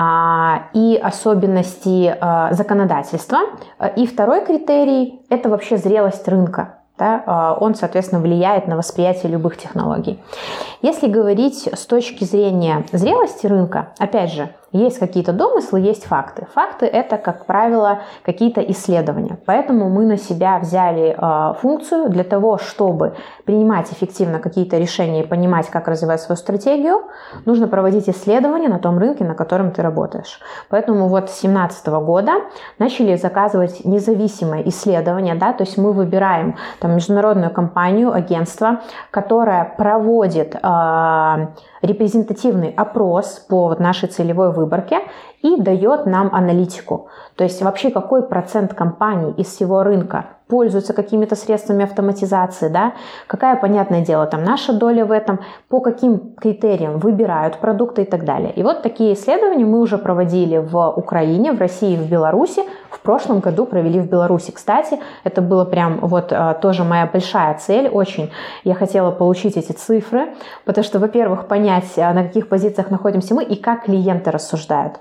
а, и особенности а, законодательства. И второй критерий – это вообще зрелость рынка. Да, он, соответственно, влияет на восприятие любых технологий. Если говорить с точки зрения зрелости рынка, опять же, есть какие-то домыслы, есть факты. Факты – это, как правило, какие-то исследования. Поэтому мы на себя взяли э, функцию для того, чтобы принимать эффективно какие-то решения и понимать, как развивать свою стратегию, нужно проводить исследования на том рынке, на котором ты работаешь. Поэтому вот с две тысячи семнадцатого года начали заказывать независимые исследования, да, то есть мы выбираем там международную компанию, агентство, которое проводит э, репрезентативный опрос по вот нашей целевой выборке и дает нам аналитику. То есть вообще какой процент компаний из всего рынка пользуются какими-то средствами автоматизации, да? Какая, понятное дело, там наша доля в этом, по каким критериям выбирают продукты и так далее. И вот такие исследования мы уже проводили в Украине, в России, в Беларуси. В прошлом году провели в Беларуси. Кстати, это было прям вот тоже моя большая цель, очень. Я хотела получить эти цифры, потому что, во-первых, понять, на каких позициях находимся мы и как клиенты рассуждают.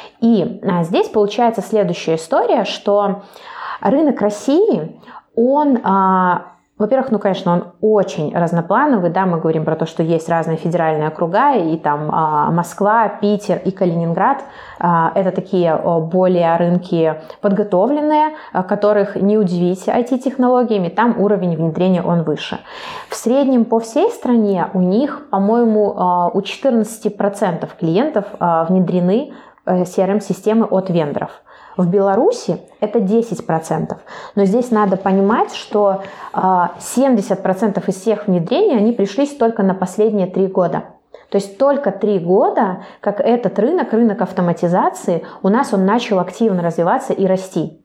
И здесь получается следующая история, что рынок России, он, а, во-первых, ну, конечно, он очень разноплановый, да, мы говорим про то, что есть разные федеральные округа, и там а, Москва, Питер и Калининград, а, это такие а, более рынки подготовленные, а, которых не удивить ай ти-технологиями, там уровень внедрения он выше. В среднем по всей стране у них, по-моему, а, у четырнадцати процентов клиентов а, внедрены си ар эм-системы от вендоров. В Беларуси это десять процентов. Но здесь надо понимать, что семьдесят процентов из всех внедрений, они пришлись только на последние три года. То есть только три года, как этот рынок, рынок автоматизации, у нас он начал активно развиваться и расти.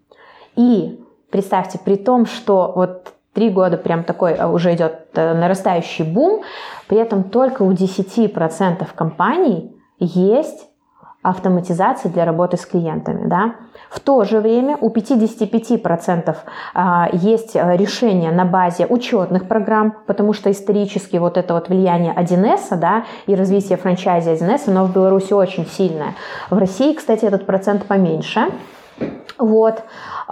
И представьте, при том, что вот три года прям такой уже идет нарастающий бум, при этом только у десяти процентов компаний есть автоматизации для работы с клиентами. Да? В то же время у пятидесяти пяти процентов а, есть решения на базе учетных программ, потому что исторически вот это вот влияние один эс, да, и развитие франчайзи один эс, оно в Беларуси очень сильное. В России, кстати, этот процент поменьше. Вот.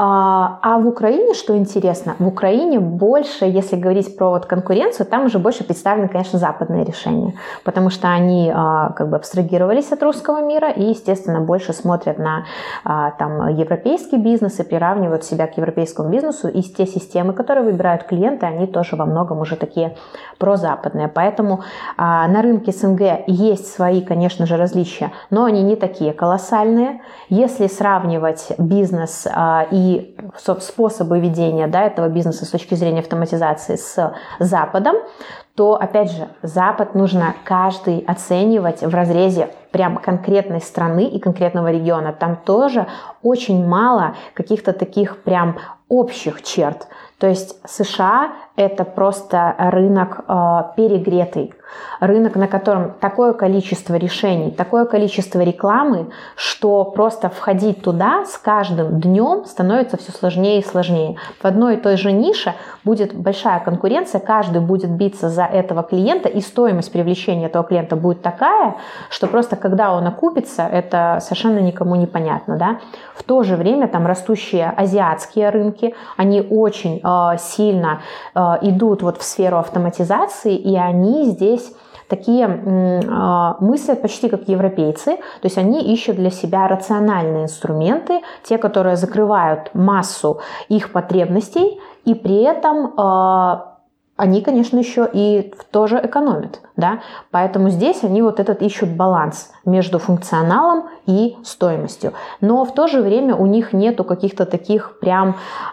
А в Украине, что интересно, в Украине больше, если говорить про вот конкуренцию, там уже больше представлены, конечно, западные решения, потому что они как бы абстрагировались от русского мира и, естественно, больше смотрят на там европейский бизнес и приравнивают себя к европейскому бизнесу, и те системы, которые выбирают клиенты, они тоже во многом уже такие прозападные. Поэтому на рынке СНГ есть свои, конечно же, различия, но они не такие колоссальные. Если сравнивать бизнес и способы ведения, да, этого бизнеса с точки зрения автоматизации с Западом, то, опять же, Запад нужно каждый оценивать в разрезе прям конкретной страны и конкретного региона. Там тоже очень мало каких-то таких прям общих черт. То есть США – это просто рынок э, перегретый, рынок, на котором такое количество решений, такое количество рекламы, что просто входить туда с каждым днем становится все сложнее и сложнее. В одной и той же нише будет большая конкуренция, каждый будет биться за этого клиента, и стоимость привлечения этого клиента будет такая, что просто когда он окупится, это совершенно никому не понятно. Да? В то же время там растущие азиатские рынки, они очень э, сильно э, идут вот в сферу автоматизации, и они здесь такие э, мыслят почти как европейцы, то есть они ищут для себя рациональные инструменты, те, которые закрывают массу их потребностей, и при этом э, они, конечно, еще и тоже экономят, да, поэтому здесь они вот этот ищут баланс между функционалом и стоимостью, но в то же время у них нету каких-то таких прям,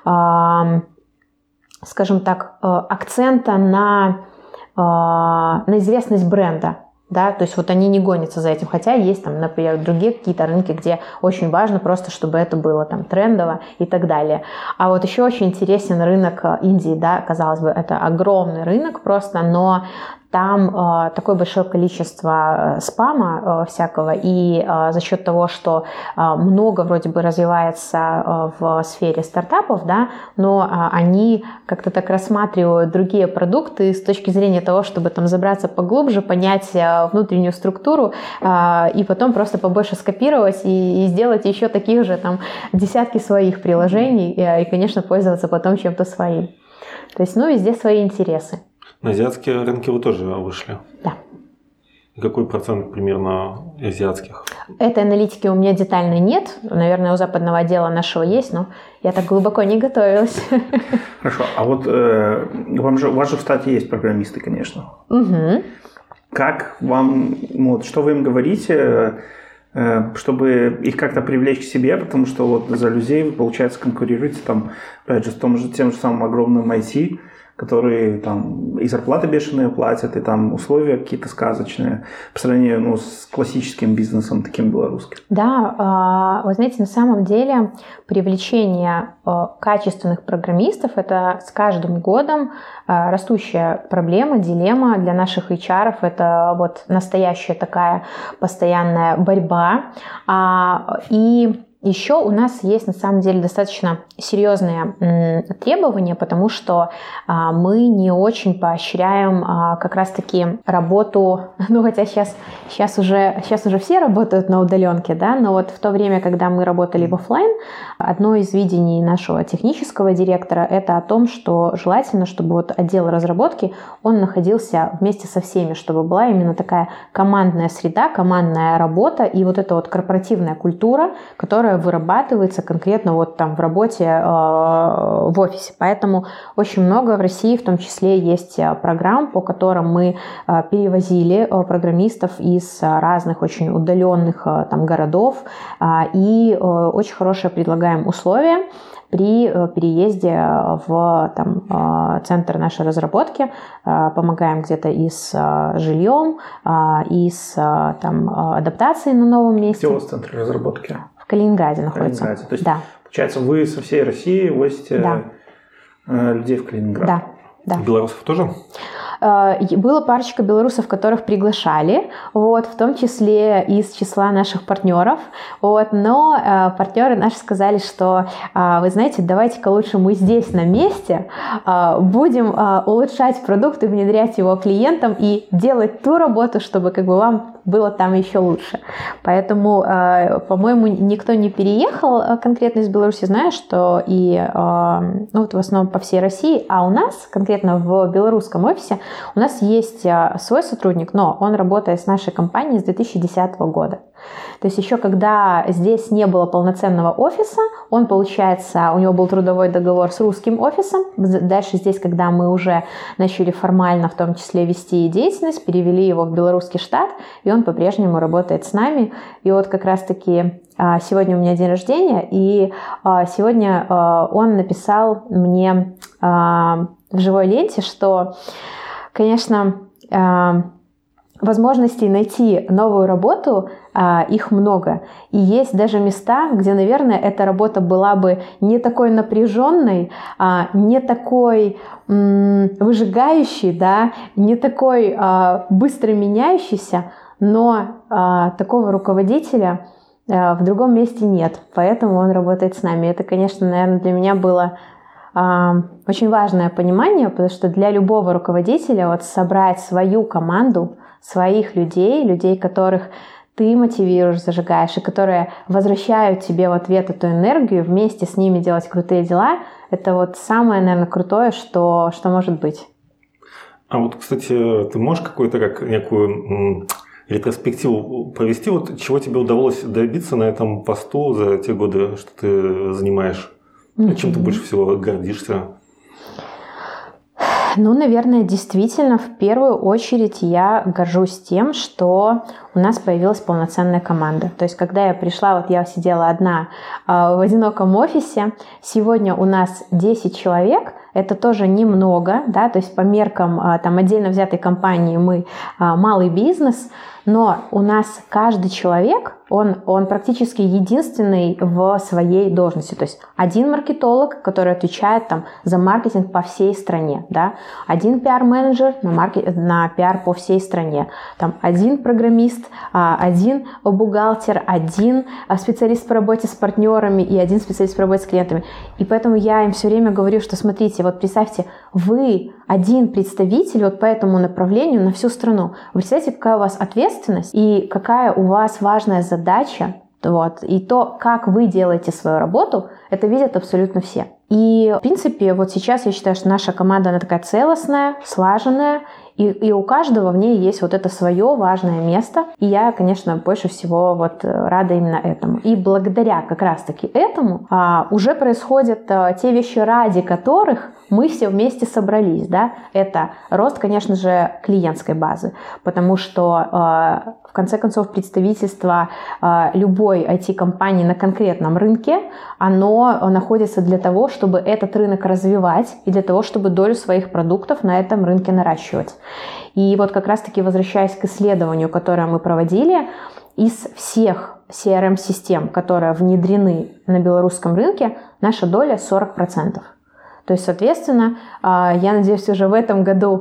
э, скажем так, э, акцента на, э, на известность бренда. Да, то есть вот они не гонятся за этим, хотя есть там, например, другие какие-то рынки, где очень важно просто, чтобы это было там трендово и так далее. А вот еще очень интересен рынок Индии, да, казалось бы, это огромный рынок просто, но там э, такое большое количество спама э, всякого, и э, за счет того, что э, много вроде бы развивается э, в сфере стартапов, да, но э, они как-то так рассматривают другие продукты с точки зрения того, чтобы там забраться поглубже, понять э, внутреннюю структуру э, и потом просто побольше скопировать и, и сделать еще таких же там десятки своих приложений и, и, конечно, пользоваться потом чем-то своим. То есть, ну, везде свои интересы. На азиатские рынки вы тоже вышли? Да. И какой процент примерно азиатских? Этой аналитики у меня детальной нет. Наверное, у западного отдела нашего есть, но я так глубоко не готовилась. Хорошо. А вот э, вам же, у вас же в штате есть программисты, конечно. Угу. Как вам, вот, что вы им говорите, э, чтобы их как-то привлечь к себе, потому что вот за людей вы, получается, конкурируете там, опять же, с том же, тем же самым огромным ай ти, которые там и зарплаты бешеные платят, и там условия какие-то сказочные по сравнению, ну, с классическим бизнесом таким белорусским. Да, вы знаете, на самом деле привлечение качественных программистов – это с каждым годом растущая проблема, дилемма для наших эйч ар-ов. Это вот настоящая такая постоянная борьба. И еще у нас есть на самом деле достаточно серьезные м, требования, потому что а, мы не очень поощряем а, как раз-таки работу, ну хотя сейчас, сейчас, уже, сейчас уже все работают на удаленке, да, но вот в то время, когда мы работали в офлайн, одно из видений нашего технического директора это о том, что желательно, чтобы вот отдел разработки, он находился вместе со всеми, чтобы была именно такая командная среда, командная работа и вот эта вот корпоративная культура, которая вырабатывается конкретно вот там в работе э, в офисе. Поэтому очень много в России, в том числе, есть программ, по которым мы э, перевозили э, программистов из разных очень удаленных э, там городов э, и э, очень хорошие предлагаем условия при э, переезде в там, э, центр нашей разработки. Э, помогаем где-то и с э, жильем, э, и с э, там, адаптацией на новом месте. Где у вас центр разработки? В Калининграде находится. Калининграде. То есть, да. получается, вы со всей России возите да. людей в Калининград? Да. да. Белорусов тоже? Было парочка белорусов, которых приглашали, вот, в том числе из числа наших партнеров, вот, но э, партнеры наши сказали, что, э, вы знаете, давайте-ка лучше мы здесь на месте э, будем э, улучшать продукт и внедрять его клиентам и делать ту работу, чтобы как бы вам было там еще лучше. Поэтому, э, по-моему, никто не переехал конкретно из Беларуси, знаю, что и э, ну, вот в основном по всей России, а у нас конкретно в белорусском офисе у нас есть свой сотрудник, но он работает с нашей компанией с две тысячи десятого года. То есть еще когда здесь не было полноценного офиса, он, получается, у него был трудовой договор с русским офисом. Дальше здесь, когда мы уже начали формально, в том числе, вести деятельность, перевели его в белорусский штат, и он по-прежнему работает с нами. И вот как раз-таки сегодня у меня день рождения, и сегодня он написал мне в живой ленте, что, конечно, возможностей найти новую работу, их много. И есть даже места, где, наверное, эта работа была бы не такой напряженной, не такой выжигающей, да, не такой быстро меняющейся, но такого руководителя в другом месте нет. Поэтому он работает с нами. Это, конечно, наверное, для меня было очень важное понимание, потому что для любого руководителя вот собрать свою команду, своих людей, людей, которых ты мотивируешь, зажигаешь, и которые возвращают тебе в ответ эту энергию, вместе с ними делать крутые дела, это вот самое, наверное, крутое, что, что может быть. А вот, кстати, ты можешь какую-то как некую ретроспективу провести, вот чего тебе удалось добиться на этом посту за те годы, что ты занимаешь? Mm-hmm. Чем ты больше всего гордишься? Ну, наверное, действительно, в первую очередь я горжусь тем, что у нас появилась полноценная команда. То есть, когда я пришла, вот я сидела одна э, в одиноком офисе, сегодня у нас десять человек, это тоже немного, да, то есть по меркам э, там отдельно взятой компании мы э, малый бизнес, но у нас каждый человек, он, он практически единственный в своей должности. То есть один маркетолог, который отвечает там, за маркетинг по всей стране, да? Один пиар-менеджер на, маркет, на пиар по всей стране, там, один программист, один бухгалтер, один специалист по работе с партнерами и один специалист по работе с клиентами. И поэтому я им все время говорю, что смотрите, вот представьте, вы один представитель вот по этому направлению на всю страну. Вы представляете, какая у вас ответственность и какая у вас важная задача, вот, и то, как вы делаете свою работу, это видят абсолютно все. И, в принципе, вот сейчас я считаю, что наша команда, она такая целостная, слаженная, и, и у каждого в ней есть вот это свое важное место. И я, конечно, больше всего вот рада именно этому. И благодаря как раз-таки этому а, уже происходят а, те вещи, ради которых мы все вместе собрались. Да? Это рост, конечно же, клиентской базы, потому что а, в конце концов представительство а, любой ай ти-компании на конкретном рынке, оно находится для того, чтобы этот рынок развивать и для того, чтобы долю своих продуктов на этом рынке наращивать. И вот как раз-таки возвращаясь к исследованию, которое мы проводили, из всех си ар эм-систем, которые внедрены на белорусском рынке, наша доля сорок процентов. То есть, соответственно, я надеюсь, уже в этом году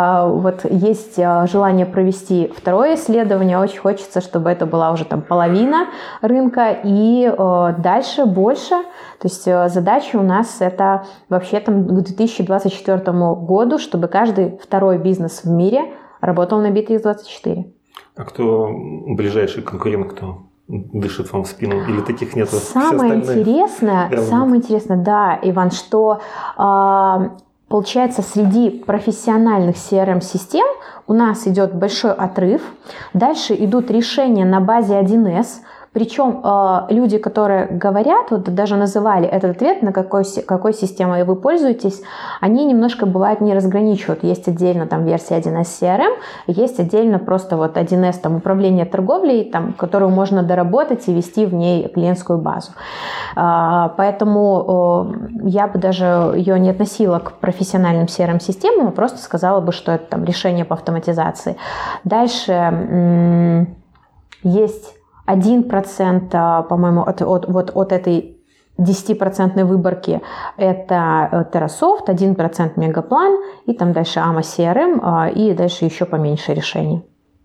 вот есть желание провести второе исследование. Очень хочется, чтобы это была уже там половина рынка и дальше больше. То есть задача у нас это вообще там к две тысячи двадцать четвёртому году, чтобы каждый второй бизнес в мире работал на Битрикс двадцать четыре. А кто ближайший конкурент, кто дышит вам в спину, или таких нет? Самое интересное, самое интересное, да, Иван, что э, получается среди профессиональных си ар эм-систем у нас идет большой отрыв, дальше идут решения на базе один эс. Причем э, люди, которые говорят, вот даже называли этот ответ, на какой, какой системой вы пользуетесь, они немножко бывает не разграничивают. Есть отдельно там версия один эс си ар эм, есть отдельно просто вот один эс там управление торговлей, там, которую можно доработать и вести в ней клиентскую базу. Э, поэтому э, я бы даже ее не относила к профессиональным си ар эм-системам, а просто сказала бы, что это там решение по автоматизации. Дальше м- есть один процент, по-моему, от, от, вот, от этой десятипроцентной выборки это TerraSoft, один процент Мегаплан, и там дальше эй эм эй си ар эм, и дальше еще поменьше решений.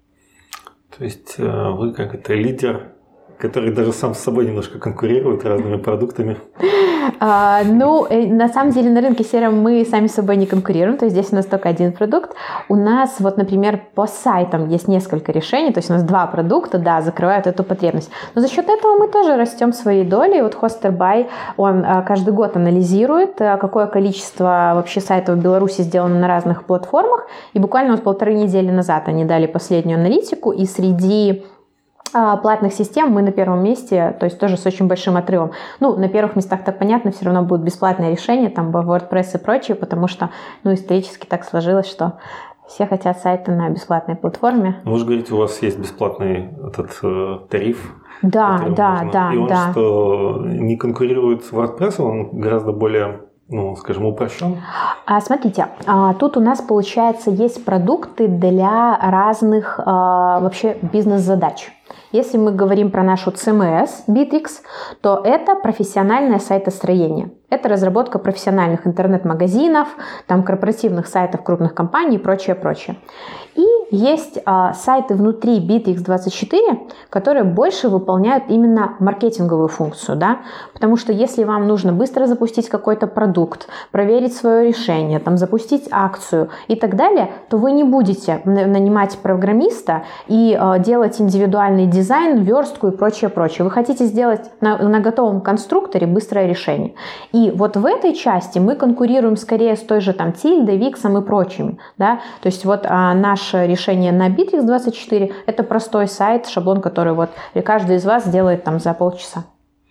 То есть вы как это лидер, который даже сам с собой немножко конкурирует разными продуктами? А, ну, на самом деле на рынке си ар эм мы сами с собой не конкурируем, то есть здесь у нас только один продукт. У нас вот, например, по сайтам есть несколько решений, то есть у нас два продукта, да, закрывают эту потребность. Но за счет этого мы тоже растем своей долей. Вот HosterBuy, он каждый год анализирует, какое количество вообще сайтов в Беларуси сделано на разных платформах, и буквально вот полторы недели назад они дали последнюю аналитику, и среди платных систем мы на первом месте, то есть тоже с очень большим отрывом. Ну, на первых местах так понятно, все равно будут бесплатные решения, там WordPress и прочее, потому что, ну, исторически так сложилось, что все хотят сайты на бесплатной платформе. Вы же говорите, у вас есть бесплатный этот э, тариф. Да, да, можно. да. И он да. что, не конкурирует с WordPress, он гораздо более, ну, скажем, упрощен? А, смотрите, а, тут у нас, получается, есть продукты для разных а, вообще бизнес-задач. Если мы говорим про нашу си эм эс Bittrex, то это профессиональное сайтостроение. Это разработка профессиональных интернет-магазинов, там, корпоративных сайтов крупных компаний и прочее, прочее. И есть а, сайты внутри Bittrex двадцать четыре, которые больше выполняют именно маркетинговую функцию, да, потому что если вам нужно быстро запустить какой-то продукт, проверить свое решение, там, запустить акцию и так далее, то вы не будете нанимать программиста и а, делать индивидуальный дизайн, верстку и прочее, прочее. Вы хотите сделать на, на готовом конструкторе быстрое решение. И вот в этой части мы конкурируем скорее с той же там Тильдой, Виксом и прочими, да, то есть вот а, наше решение Решение на Bittrex двадцать четыре – это простой сайт, шаблон, который вот каждый из вас делает там за полчаса.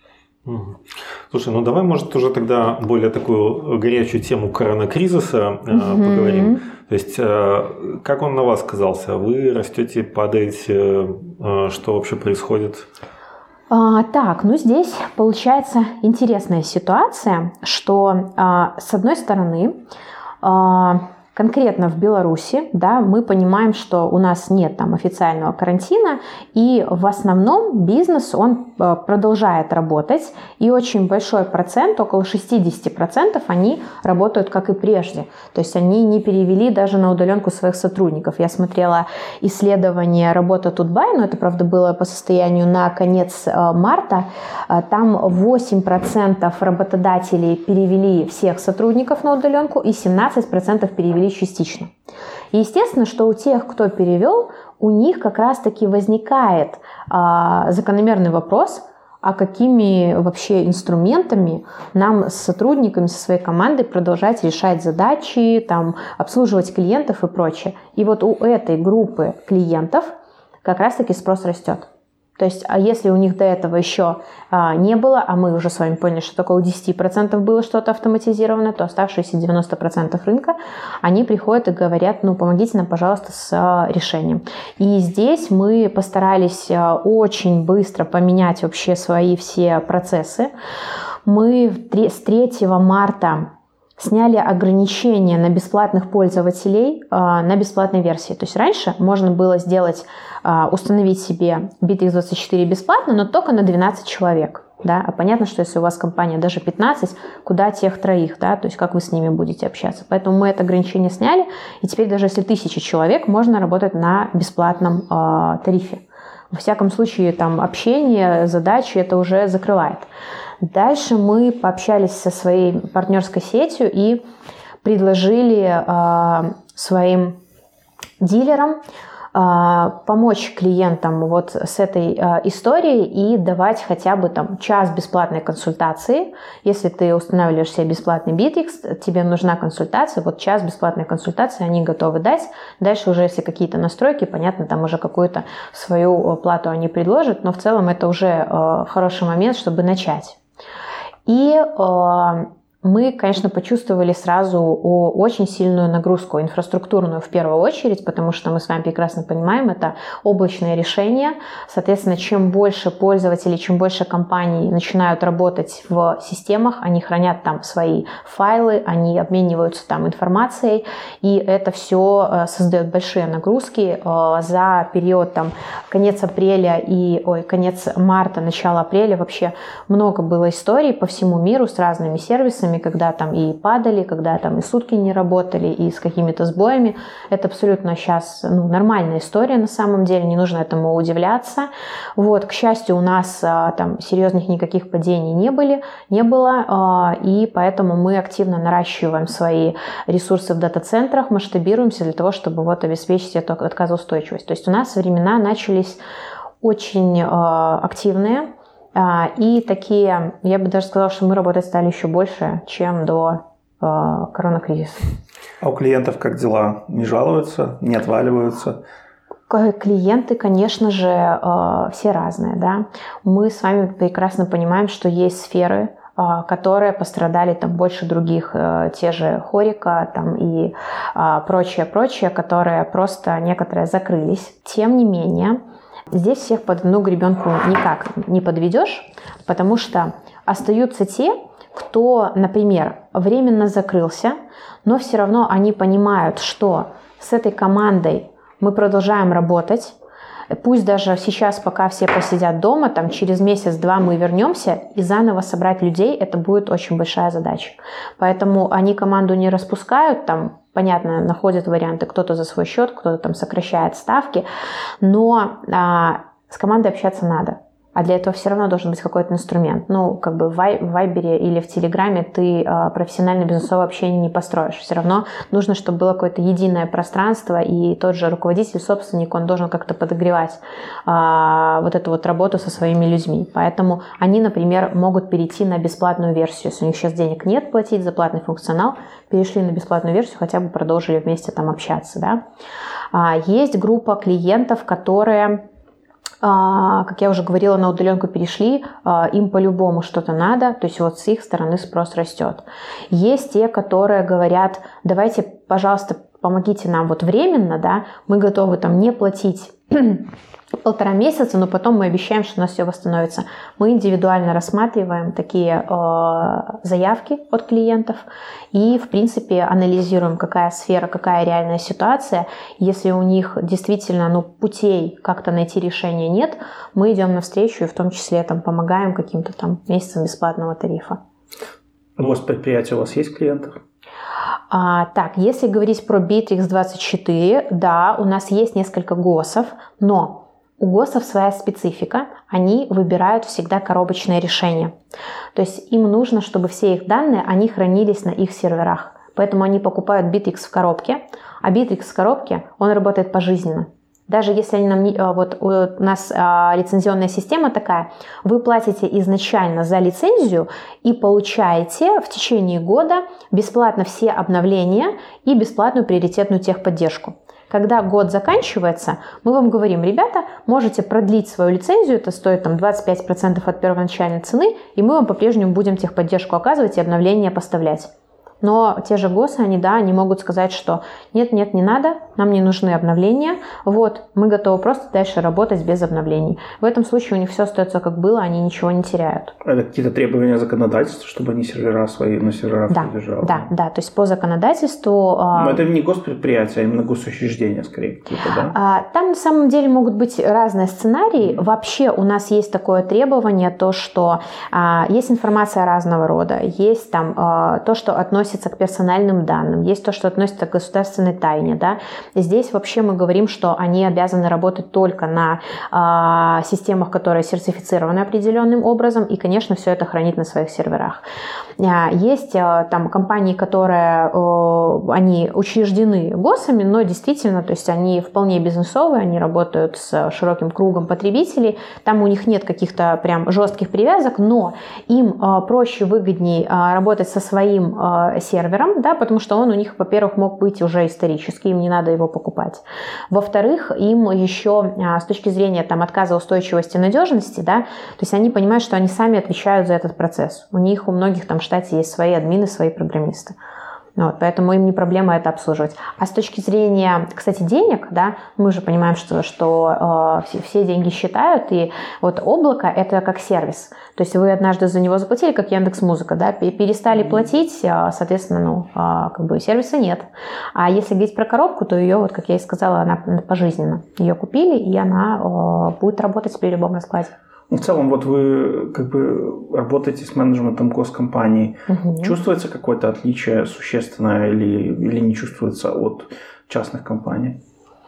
Слушай, ну давай, может, уже тогда более такую горячую тему коронакризиса mm-hmm. поговорим. То есть, как он на вас сказался? Вы растете, падаете, что вообще происходит? А, так, ну здесь получается интересная ситуация, что а, с одной стороны, а, конкретно в Беларуси, да, мы понимаем, что у нас нет там официального карантина, и в основном бизнес, он продолжает работать, и очень большой процент, около шестьдесят процентов, они работают как и прежде. То есть они не перевели даже на удаленку своих сотрудников. Я смотрела исследование «Работа Тутбай», но это, правда, было по состоянию на конец марта. Там восемь процентов работодателей перевели всех сотрудников на удаленку, и семнадцать процентов перевели частично. И естественно, что у тех, кто перевел, у них как раз-таки возникает а, закономерный вопрос, а какими вообще инструментами нам с сотрудниками, со своей командой продолжать решать задачи, там, обслуживать клиентов и прочее. И вот у этой группы клиентов как раз-таки спрос растет. То есть, а если у них до этого еще а, не было, а мы уже с вами поняли, что только у десять процентов было что-то автоматизировано, то оставшиеся девяносто процентов рынка, они приходят и говорят, ну, помогите нам, пожалуйста, с а, решением. И здесь мы постарались а, очень быстро поменять вообще свои все процессы. Мы с третьего марта сняли ограничения на бесплатных пользователей а, на бесплатной версии. То есть раньше можно было сделать, а, установить себе Bittrex двадцать четыре бесплатно, но только на двенадцать человек. Да? А понятно, что если у вас компания даже пятнадцать, куда тех троих, да? То есть как вы с ними будете общаться. Поэтому мы это ограничение сняли, и теперь даже если тысяча человек, можно работать на бесплатном а, тарифе. Во всяком случае, там общение, задачи это уже закрывает. Дальше мы пообщались со своей партнерской сетью и предложили э, своим дилерам э, помочь клиентам вот с этой э, историей и давать хотя бы там час бесплатной консультации. Если ты устанавливаешь себе бесплатный Bittrex, тебе нужна консультация, вот час бесплатной консультации они готовы дать. Дальше уже, если какие-то настройки, понятно, там уже какую-то свою плату они предложат, но в целом это уже э, хороший момент, чтобы начать. И э, мы, конечно, почувствовали сразу очень сильную нагрузку инфраструктурную в первую очередь, потому что мы с вами прекрасно понимаем, это облачное решение. Соответственно, чем больше пользователей, чем больше компаний начинают работать в системах, они хранят там свои файлы, они обмениваются там информацией, и это все создает большие нагрузки. За период там конец апреля и ой, конец марта, начало апреля вообще много было историй по всему миру с разными сервисами, когда там и падали, когда там и сутки не работали, и с какими-то сбоями. Это абсолютно сейчас ну, нормальная история на самом деле, не нужно этому удивляться. Вот, к счастью, у нас там серьезных никаких падений не были, не было, и поэтому мы активно наращиваем свои ресурсы в дата-центрах, масштабируемся для того, чтобы вот обеспечить эту отказоустойчивость. То есть у нас времена начались очень активные, и такие, я бы даже сказала, что мы работать стали еще больше, чем до э, коронакризиса. А у клиентов как дела? Не жалуются, не отваливаются? Клиенты, конечно же, э, все разные. Да? Мы с вами прекрасно понимаем, что есть сферы, э, которые пострадали там больше других, э, те же Хорика там, и э, прочее-прочее, которые просто некоторые закрылись. Тем не менее, здесь всех под одну гребенку никак не подведешь, потому что остаются те, кто, например, временно закрылся, но все равно они понимают, что с этой командой мы продолжаем работать. Пусть даже сейчас, пока все посидят дома, там через месяц-два мы вернемся, и заново собрать людей, это будет очень большая задача. Поэтому они команду не распускают, там понятно, находят варианты, кто-то за свой счет, кто-то там сокращает ставки, но а, с командой общаться надо. А для этого все равно должен быть какой-то инструмент. Ну, как бы в Вайбере или в Телеграме ты э, профессиональное бизнесовое общение не построишь. Все равно нужно, чтобы было какое-то единое пространство, и тот же руководитель, собственник, он должен как-то подогревать э, вот эту вот работу со своими людьми. Поэтому они, например, могут перейти на бесплатную версию. Если у них сейчас денег нет платить за платный функционал, перешли на бесплатную версию, хотя бы продолжили вместе там общаться. Да? А, есть группа клиентов, которые... как я уже говорила, на удаленку перешли, им по-любому что-то надо, то есть вот с их стороны спрос растет. Есть те, которые говорят, давайте, пожалуйста, помогите нам вот временно, да, мы готовы там не платить полтора месяца, но потом мы обещаем, что у нас все восстановится. Мы индивидуально рассматриваем такие э, заявки от клиентов и, в принципе, анализируем, какая сфера, какая реальная ситуация. Если у них действительно ну, путей как-то найти решение нет, мы идем навстречу и в том числе там, помогаем каким-то там месяцам бесплатного тарифа. У вас предприятие, у вас есть клиентов? А, так, если говорить про Bittrex двадцать четыре, да, у нас есть несколько ГОСов, но у ГОСов своя специфика, они выбирают всегда коробочное решение. То есть им нужно, чтобы все их данные, они хранились на их серверах. Поэтому они покупают Bittrex в коробке, а Bittrex в коробке, он работает пожизненно. Даже если они нам не, вот у нас а, лицензионная система такая, вы платите изначально за лицензию и получаете в течение года бесплатно все обновления и бесплатную приоритетную техподдержку. Когда год заканчивается, мы вам говорим, ребята, можете продлить свою лицензию, это стоит там, двадцать пять процентов от первоначальной цены, и мы вам по-прежнему будем техподдержку оказывать и обновления поставлять. Но те же ГОСы, они, да, они могут сказать, что нет, нет, не надо, нам не нужны обновления, вот, мы готовы просто дальше работать без обновлений. В этом случае у них все остается как было, они ничего не теряют. Это какие-то требования законодательства, чтобы они сервера свои на серверах да, держали? Да, да, то есть по законодательству... Но это не госпредприятие, а именно госучреждения, скорее, какие-то, да? Там на самом деле могут быть разные сценарии. Mm-hmm. Вообще у нас есть такое требование, то, что а, есть информация разного рода, есть там а, то, что относится к персональным данным, есть то, что относится к государственной тайне. Да? Здесь вообще мы говорим, что они обязаны работать только на э, системах, которые сертифицированы определенным образом, и, конечно, все это хранить на своих серверах. Есть э, там компании, которые э, они учреждены ГОСами, но действительно, то есть они вполне бизнесовые, они работают с широким кругом потребителей, там у них нет каких-то прям жестких привязок, но им э, проще, выгоднее э, работать со своим э, сервером, да, потому что он у них, во-первых, мог быть уже исторически, им не надо его покупать. Во-вторых, им еще с точки зрения там, отказа устойчивости и надежности, да, то есть они понимают, что они сами отвечают за этот процесс. У них у многих там в штате есть свои админы, свои программисты. Вот, поэтому им не проблема это обслуживать. А с точки зрения, кстати, денег, да, мы же понимаем, что, что э, все, все деньги считают, и вот облако – это как сервис. То есть вы однажды за него заплатили, как Яндекс.Музыка, да, перестали платить, соответственно, ну, э, как бы сервиса нет. А если говорить про коробку, то ее, вот как я и сказала, она пожизненно. Ее купили, и она э, будет работать при любом раскладе. В целом, вот вы как бы работаете с менеджментом госкомпании. Угу. Чувствуется какое-то отличие существенное или, или не чувствуется от частных компаний?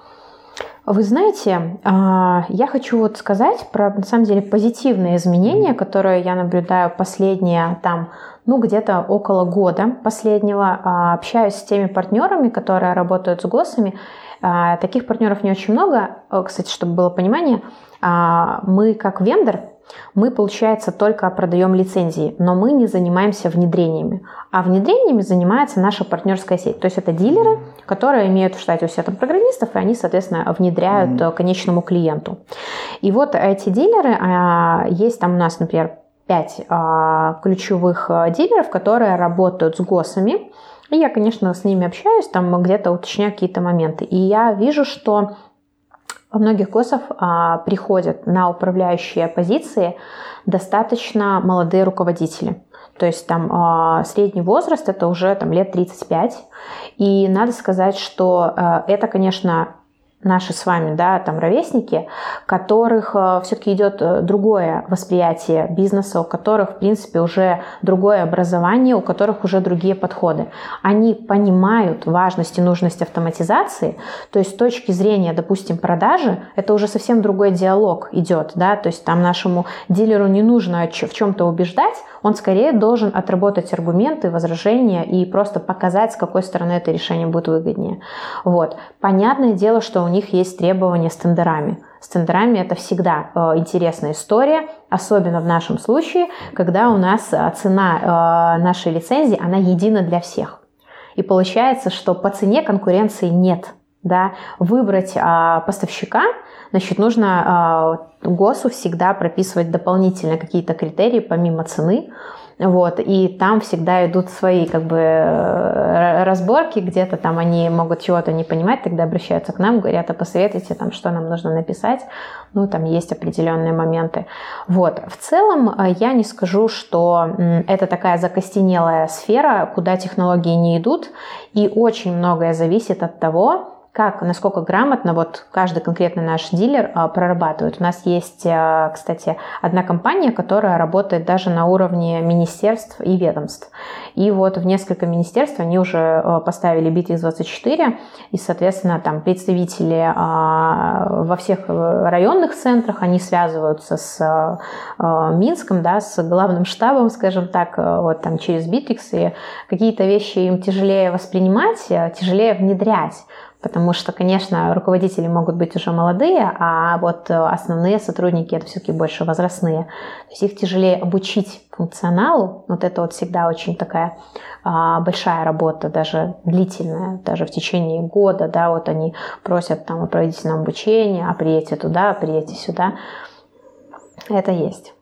Вы знаете, я хочу вот сказать про, на самом деле, позитивные изменения, которые я наблюдаю последние там, ну, где-то около года последнего. Общаюсь с теми партнерами, которые работают с ГОСами. Таких партнеров не очень много. Кстати, чтобы было понимание, мы как вендор, мы, получается, только продаем лицензии, но мы не занимаемся внедрениями. А внедрениями занимается наша партнерская сеть. То есть это дилеры, которые имеют в штате у себя там программистов, и они, соответственно, внедряют mm-hmm. конечному клиенту. И вот эти дилеры, есть там у нас, например, пять ключевых дилеров, которые работают с ГОСами. И я, конечно, с ними общаюсь, там где-то уточняю какие-то моменты. И я вижу, что во многих ГОСов а, приходят на управляющие позиции достаточно молодые руководители. То есть там а, средний возраст это уже там, лет тридцать пять. И надо сказать, что а, это, конечно, наши с вами, да, там ровесники, у которых э, все-таки идет другое восприятие бизнеса, у которых, в принципе, уже другое образование, у которых уже другие подходы. Они понимают важность и нужность автоматизации, то есть с точки зрения, допустим, продажи, это уже совсем другой диалог идет, да, то есть там нашему дилеру не нужно в чем-то убеждать, он скорее должен отработать аргументы, возражения и просто показать, с какой стороны это решение будет выгоднее. Вот. Понятное дело, что у них есть требования с тендерами. С тендерами это всегда э, интересная история, особенно в нашем случае, когда у нас э, цена э, нашей лицензии, она едина для всех. И получается, что по цене конкуренции нет. Да? Выбрать э, поставщика, значит, нужно э, ГОСу всегда прописывать дополнительно какие-то критерии помимо цены. Вот, и там всегда идут свои как бы разборки, где-то там они могут чего-то не понимать, тогда обращаются к нам, говорят, а посоветуйте, там, что нам нужно написать. Ну, там есть определенные моменты. Вот, в целом я не скажу, что это такая закостенелая сфера, куда технологии не идут, и очень многое зависит от того, как, насколько грамотно вот каждый конкретный наш дилер а, прорабатывает. У нас есть, а, кстати, одна компания, которая работает даже на уровне министерств и ведомств. И вот в несколько министерств они уже а, поставили би три двадцать четыре, и, соответственно, там представители а, во всех районных центрах, они связываются с а, Минском, да, с главным штабом, скажем так, вот там через Bittrex, и какие-то вещи им тяжелее воспринимать, тяжелее внедрять. Потому что, конечно, руководители могут быть уже молодые, а вот основные сотрудники это все-таки больше возрастные. То есть их тяжелее обучить функционалу. Вот это вот всегда очень такая а, большая работа, даже длительная, даже в течение года. Да, вот они просят там, проведите нам обучение, а приедьте туда, приедьте сюда. Это есть.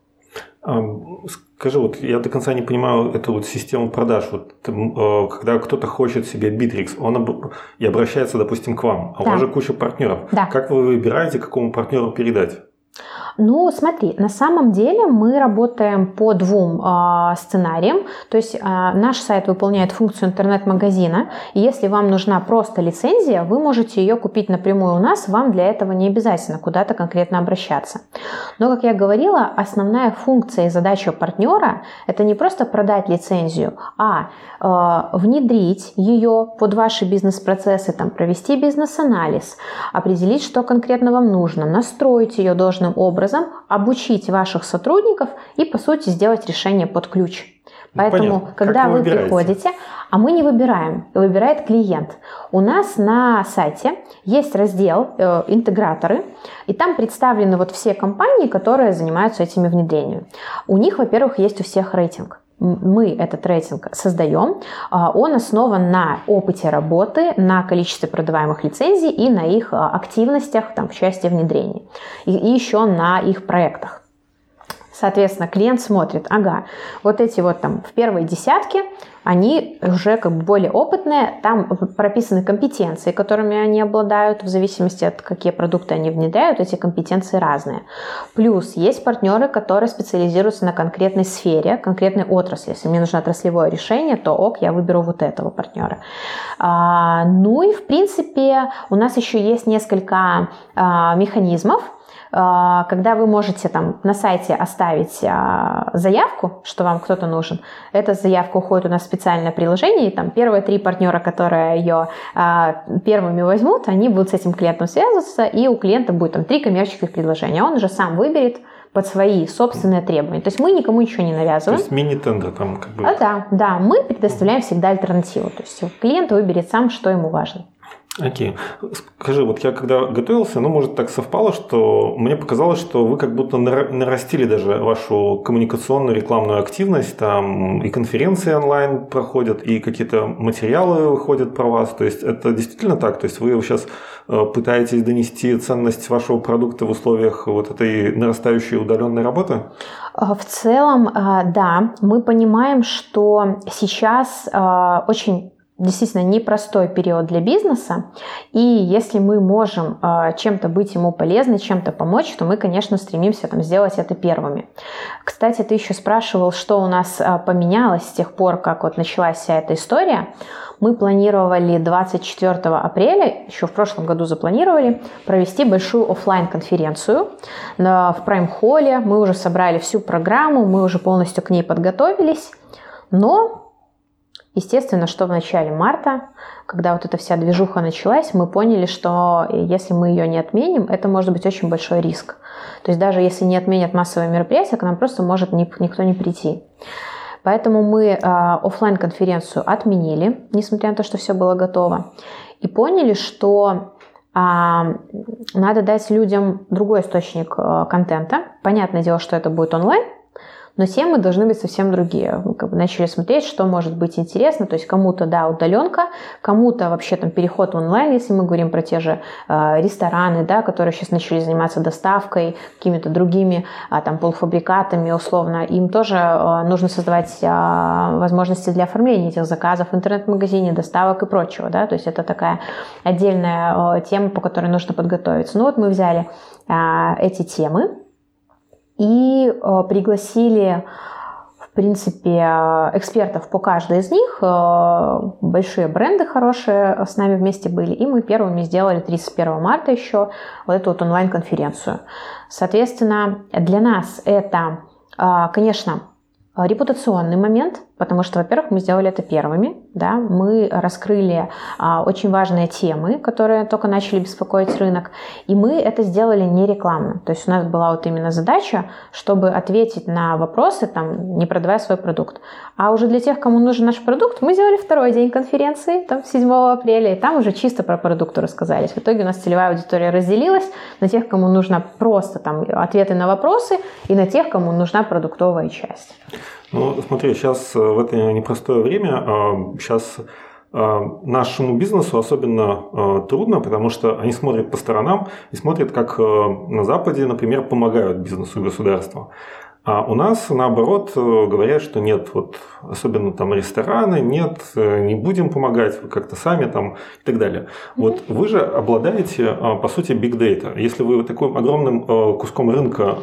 Скажи, вот я до конца не понимаю эту вот систему продаж. Вот, когда кто-то хочет себе Bittrex, он об... и обращается, допустим, к вам, а да. У вас же куча партнеров. Да. Как вы выбираете, какому партнеру передать? Ну, смотри, на самом деле мы работаем по двум э, сценариям. То есть э, наш сайт выполняет функцию интернет-магазина. И если вам нужна просто лицензия, вы можете ее купить напрямую у нас. Вам для этого не обязательно куда-то конкретно обращаться. Но, как я говорила, основная функция и задача партнера – это не просто продать лицензию, а э, внедрить ее под ваши бизнес-процессы, там, провести бизнес-анализ, определить, что конкретно вам нужно, настроить ее должным образом, обучить ваших сотрудников и, по сути, сделать решение под ключ. Поэтому, понятно. Когда вы, вы приходите, а мы не выбираем, выбирает клиент. У нас на сайте есть раздел э, «Интеграторы», и там представлены вот все компании, которые занимаются этими внедрениями. У них, во-первых, есть у всех рейтинг. Мы этот рейтинг создаем, он основан на опыте работы, на количестве продаваемых лицензий и на их активностях там, в части внедрения, и, и еще на их проектах. Соответственно, клиент смотрит, ага, вот эти вот там в первой десятке, они уже как бы более опытные, там прописаны компетенции, которыми они обладают, в зависимости от какие продукты они внедряют, эти компетенции разные. Плюс есть партнеры, которые специализируются на конкретной сфере, конкретной отрасли. Если мне нужно отраслевое решение, то ок, я выберу вот этого партнера. А, ну и в принципе у нас еще есть несколько а, механизмов, когда вы можете там на сайте оставить заявку, что вам кто-то нужен. Эта заявка уходит у нас в специальное приложение, и там первые три партнера, которые ее первыми возьмут, они будут с этим клиентом связываться, и у клиента будет там три коммерческих предложения. Он уже сам выберет под свои собственные требования. То есть мы никому ничего не навязываем. То есть мини-тендер там как бы... А, да, да, мы предоставляем всегда альтернативу. То есть клиент выберет сам, что ему важно. Окей. Скажи, вот я когда готовился, ну, может, так совпало, что мне показалось, что вы как будто нарастили даже вашу коммуникационную рекламную активность, там и конференции онлайн проходят, и какие-то материалы выходят про вас, то есть это действительно так? То есть вы сейчас пытаетесь донести ценность вашего продукта в условиях вот этой нарастающей удаленной работы? В целом, да, мы понимаем, что сейчас очень действительно непростой период для бизнеса, и если мы можем э, чем-то быть ему полезны, чем-то помочь, то мы, конечно, стремимся там, сделать это первыми. Кстати, ты еще спрашивал, что у нас э, поменялось с тех пор, как вот началась вся эта история. Мы планировали двадцать четвёртого апреля, еще в прошлом году запланировали, провести большую офлайн-конференцию в Прайм-холле. Мы уже собрали всю программу, мы уже полностью к ней подготовились, но... Естественно, что в начале марта, когда вот эта вся движуха началась, мы поняли, что если мы ее не отменим, это может быть очень большой риск. То есть даже если не отменят массовые мероприятия, к нам просто может никто не прийти. Поэтому мы э, офлайн-конференцию отменили, несмотря на то, что все было готово, и поняли, что э, надо дать людям другой источник э, контента. Понятное дело, что это будет онлайн, но темы должны быть совсем другие. Мы как бы начали смотреть, что может быть интересно. То есть кому-то, да, удаленка, кому-то вообще там переход в онлайн, если мы говорим про те же э, рестораны, да, которые сейчас начали заниматься доставкой, какими-то другими э, там полуфабрикатами условно. Им тоже э, нужно создавать э, возможности для оформления этих заказов в интернет-магазине, доставок и прочего. Да? То есть это такая отдельная э, тема, по которой нужно подготовиться. Ну вот мы взяли э, эти темы и э, пригласили, в принципе, экспертов по каждой из них. Э, большие бренды хорошие с нами вместе были. И мы первыми сделали тридцать первого марта еще вот эту вот онлайн-конференцию. Соответственно, для нас это, э, конечно, репутационный момент, потому что, во-первых, мы сделали это первыми, да, мы раскрыли а, очень важные темы, которые только начали беспокоить рынок, и мы это сделали не рекламно. То есть у нас была вот именно задача, чтобы ответить на вопросы, там, не продавая свой продукт. А уже для тех, кому нужен наш продукт, мы сделали второй день конференции, там, седьмого апреля, и там уже чисто про продукт рассказали. В итоге у нас целевая аудитория разделилась на тех, кому нужно просто там, ответы на вопросы, и на тех, кому нужна продуктовая часть. Ну, смотри, сейчас в это непростое время, сейчас нашему бизнесу особенно трудно, потому что они смотрят по сторонам и смотрят, как на Западе, например, помогают бизнесу и государству. А у нас, наоборот, говорят, что нет, вот, особенно там рестораны, нет, не будем помогать, вы как-то сами там и так далее. Mm-hmm. Вот вы же обладаете, по сути, big data. Если вы таким огромным куском рынка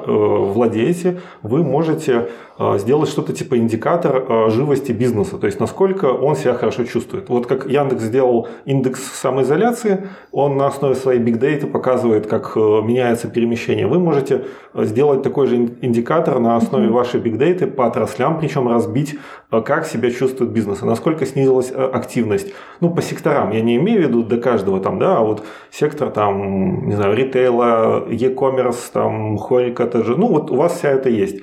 владеете, вы можете сделать что-то типа индикатор живости бизнеса, то есть насколько он себя хорошо чувствует. Вот как Яндекс сделал индекс самоизоляции, он на основе своей big data показывает, как меняется перемещение. Вы можете сделать такой же индикатор на основе вашей big data по отраслям, причем разбить, как себя чувствует бизнес, и насколько снизилась активность. Ну, по секторам, я не имею в виду до каждого там, да, а вот сектор там, не знаю, ритейла, e-commerce, там, хорика, это же, ну, вот у вас вся это есть.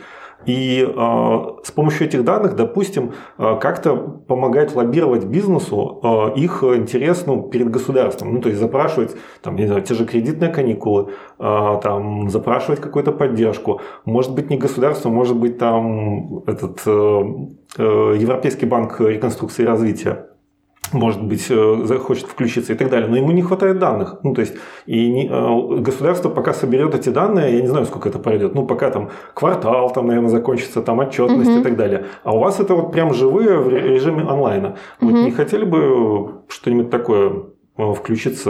И э, с помощью этих данных, допустим, э, как-то помогать лоббировать бизнесу э, их интерес, ну, перед государством. Ну, то есть запрашивать там, не знаю, те же кредитные каникулы, э, там, запрашивать какую-то поддержку. Может быть, не государство, может быть, там этот э, э, Европейский банк реконструкции и развития. Может быть, захочет включиться и так далее, но ему не хватает данных. Ну, то есть, и не, государство пока соберет эти данные, я не знаю, сколько это пройдет, ну, пока там квартал, там, наверное, закончится, там, отчетность uh-huh. и так далее. А у вас это вот прям живые в режиме онлайна. Uh-huh. Вот не хотели бы что-нибудь такое включиться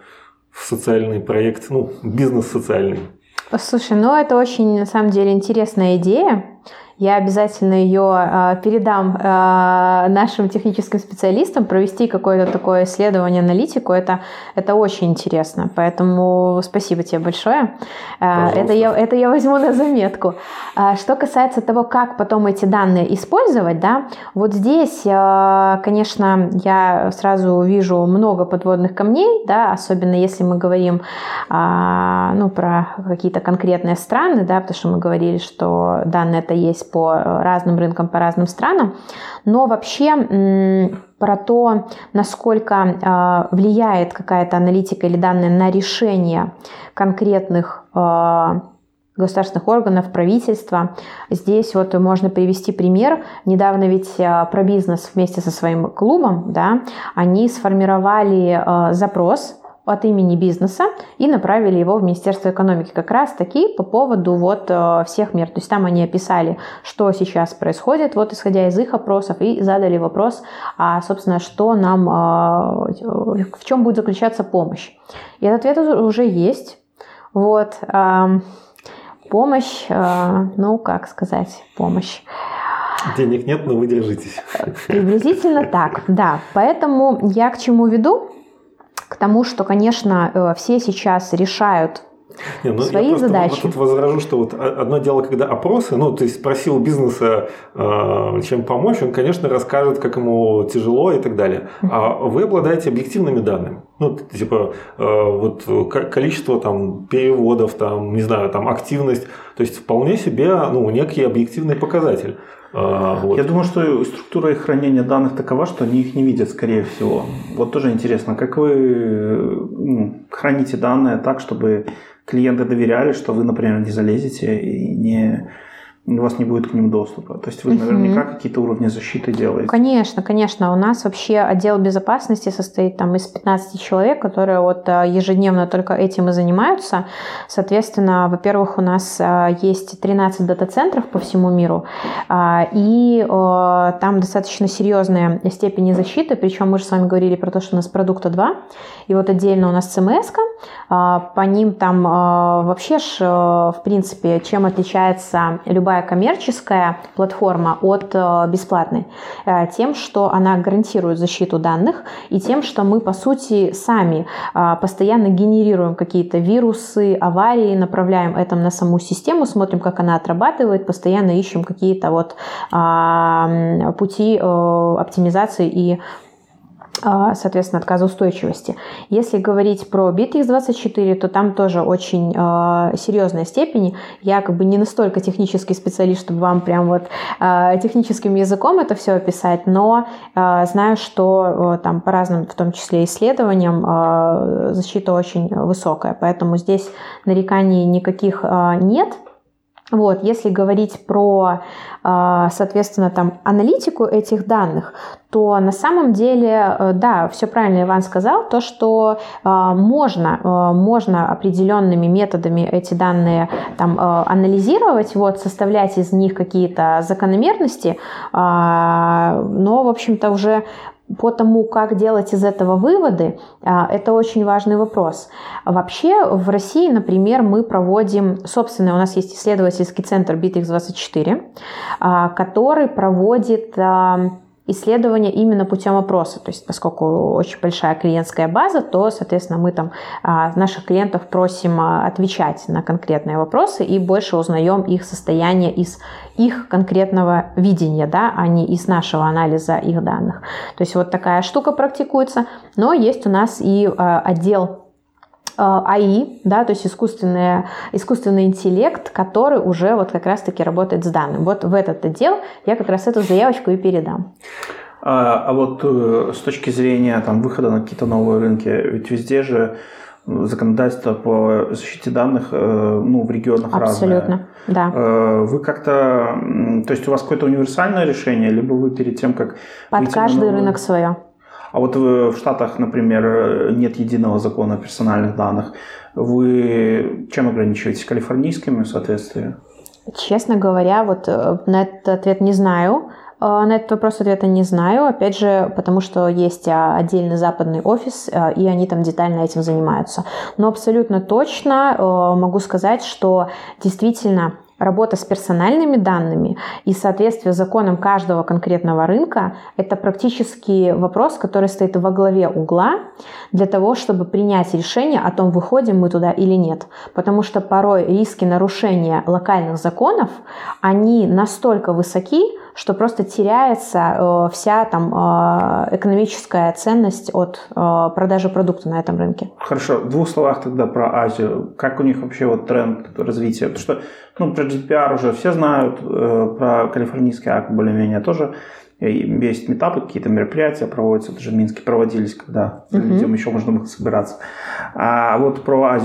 в социальный проект, ну, бизнес социальный? Слушай, ну, это очень, на самом деле, интересная идея. Я обязательно ее э, передам э, нашим техническим специалистам, провести какое-то такое исследование, аналитику. Это, это очень интересно. Поэтому спасибо тебе большое. Э, это, я, это я возьму на заметку. Э, что касается того, как потом эти данные использовать, да, вот здесь, э, конечно, я сразу вижу много подводных камней, да, особенно если мы говорим э, ну, про какие-то конкретные страны, да, потому что мы говорили, что данные это есть по разным рынкам, по разным странам, но вообще про то, насколько влияет какая-то аналитика или данные на решение конкретных государственных органов, правительства. Здесь вот можно привести пример. Недавно ведь про бизнес вместе со своим клубом, да, они сформировали запрос от имени бизнеса и направили его в Министерство экономики как раз таки по поводу вот всех мер. То есть там они описали, что сейчас происходит, вот исходя из их опросов, и задали вопрос, а, собственно, что нам, в чем будет заключаться помощь. И этот ответ уже есть. Вот. Помощь, ну, как сказать, помощь. Денег нет, но вы держитесь. Приблизительно так, да. Поэтому я к чему веду? К тому, что, конечно, все сейчас решают Не, ну, свои я задачи. Я тут возражу, что вот одно дело, когда опросы, ну, то есть спросил бизнеса, э, чем помочь, он, конечно, расскажет, как ему тяжело и так далее. А вы обладаете объективными данными. Ну, типа, э, вот количество там переводов, там, не знаю, там, активность. То есть вполне себе, ну, некий объективный показатель. Вот. Я думаю, что структура их хранения данных такова, что они их не видят, скорее всего. Вот тоже интересно, как вы ну, храните данные так, чтобы клиенты доверяли, что вы, например, не залезете и не... у вас не будет к ним доступа. То есть вы наверняка uh-huh. какие-то уровни защиты делаете. Конечно, конечно. У нас вообще отдел безопасности состоит там из пятнадцати человек, которые вот ежедневно только этим и занимаются. Соответственно, во-первых, у нас есть тринадцать дата-центров по всему миру, и там достаточно серьезные степени защиты, причем мы же с вами говорили про то, что у нас продукта два, и вот отдельно у нас си эм эс-ка, по ним там вообще ж, в принципе, чем отличается любая коммерческая платформа от бесплатной? Тем, что она гарантирует защиту данных, и тем, что мы, по сути, сами постоянно генерируем какие-то вирусы, аварии, направляем это на саму систему, смотрим, как она отрабатывает, постоянно ищем какие-то вот пути оптимизации и, соответственно, отказоустойчивости. Если говорить про Bittrex двадцать четыре, то там тоже очень э, серьезная степень. Я как бы не настолько технический специалист, чтобы вам прям вот э, техническим языком это все описать, но э, знаю, что э, там по разным, в том числе исследованиям, э, защита очень высокая, поэтому здесь нареканий никаких э, нет. Вот, если говорить про, соответственно, там, аналитику этих данных, то на самом деле, да, все правильно Иван сказал, то, что можно, можно определенными методами эти данные там, анализировать, вот, составлять из них какие-то закономерности, но, в общем-то, уже по тому, как делать из этого выводы, это очень важный вопрос. Вообще в России, например, мы проводим, собственно, у нас есть исследовательский центр Bittrex двадцать четыре, который проводит исследования именно путем опроса. То есть, поскольку очень большая клиентская база, то, соответственно, мы там наших клиентов просим отвечать на конкретные вопросы и больше узнаем их состояние из их конкретного видения, да, а не из нашего анализа их данных. То есть вот такая штука практикуется. Но есть у нас и отдел эй ай, да, то есть искусственный, искусственный интеллект, который уже вот как раз-таки работает с данным. Вот в этот отдел я как раз эту заявочку и передам. А, а вот с точки зрения там, выхода на какие-то новые рынки, ведь везде же законодательство по защите данных ну, в регионах разное. Абсолютно, да. Вы как-то, то есть у вас какое-то универсальное решение, либо вы перед тем, как... Под каждый новые... рынок свое. А вот в Штатах, например, нет единого закона о персональных данных. Вы чем ограничиваетесь? Калифорнийскими в соответствии? Честно говоря, вот на этот ответ не знаю. На этот вопрос ответа не знаю. Опять же, потому что есть отдельный западный офис, и они там детально этим занимаются. Но абсолютно точно могу сказать, что действительно работа с персональными данными и соответствие законам каждого конкретного рынка – это практически вопрос, который стоит во главе угла для того, чтобы принять решение о том, выходим мы туда или нет. Потому что порой риски нарушения локальных законов, они настолько высоки, что просто теряется э, вся там, э, экономическая ценность от э, продажи продукта на этом рынке. Хорошо, в двух словах тогда про Азию. Как у них вообще вот тренд развития? Потому что ну, про джи ди пи ар уже все знают, э, про калифорнийский акт более-менее тоже. Есть митапы, какие-то мероприятия проводятся, даже в Минске проводились, когда uh-huh. людям еще можно было собираться. А вот про Азию.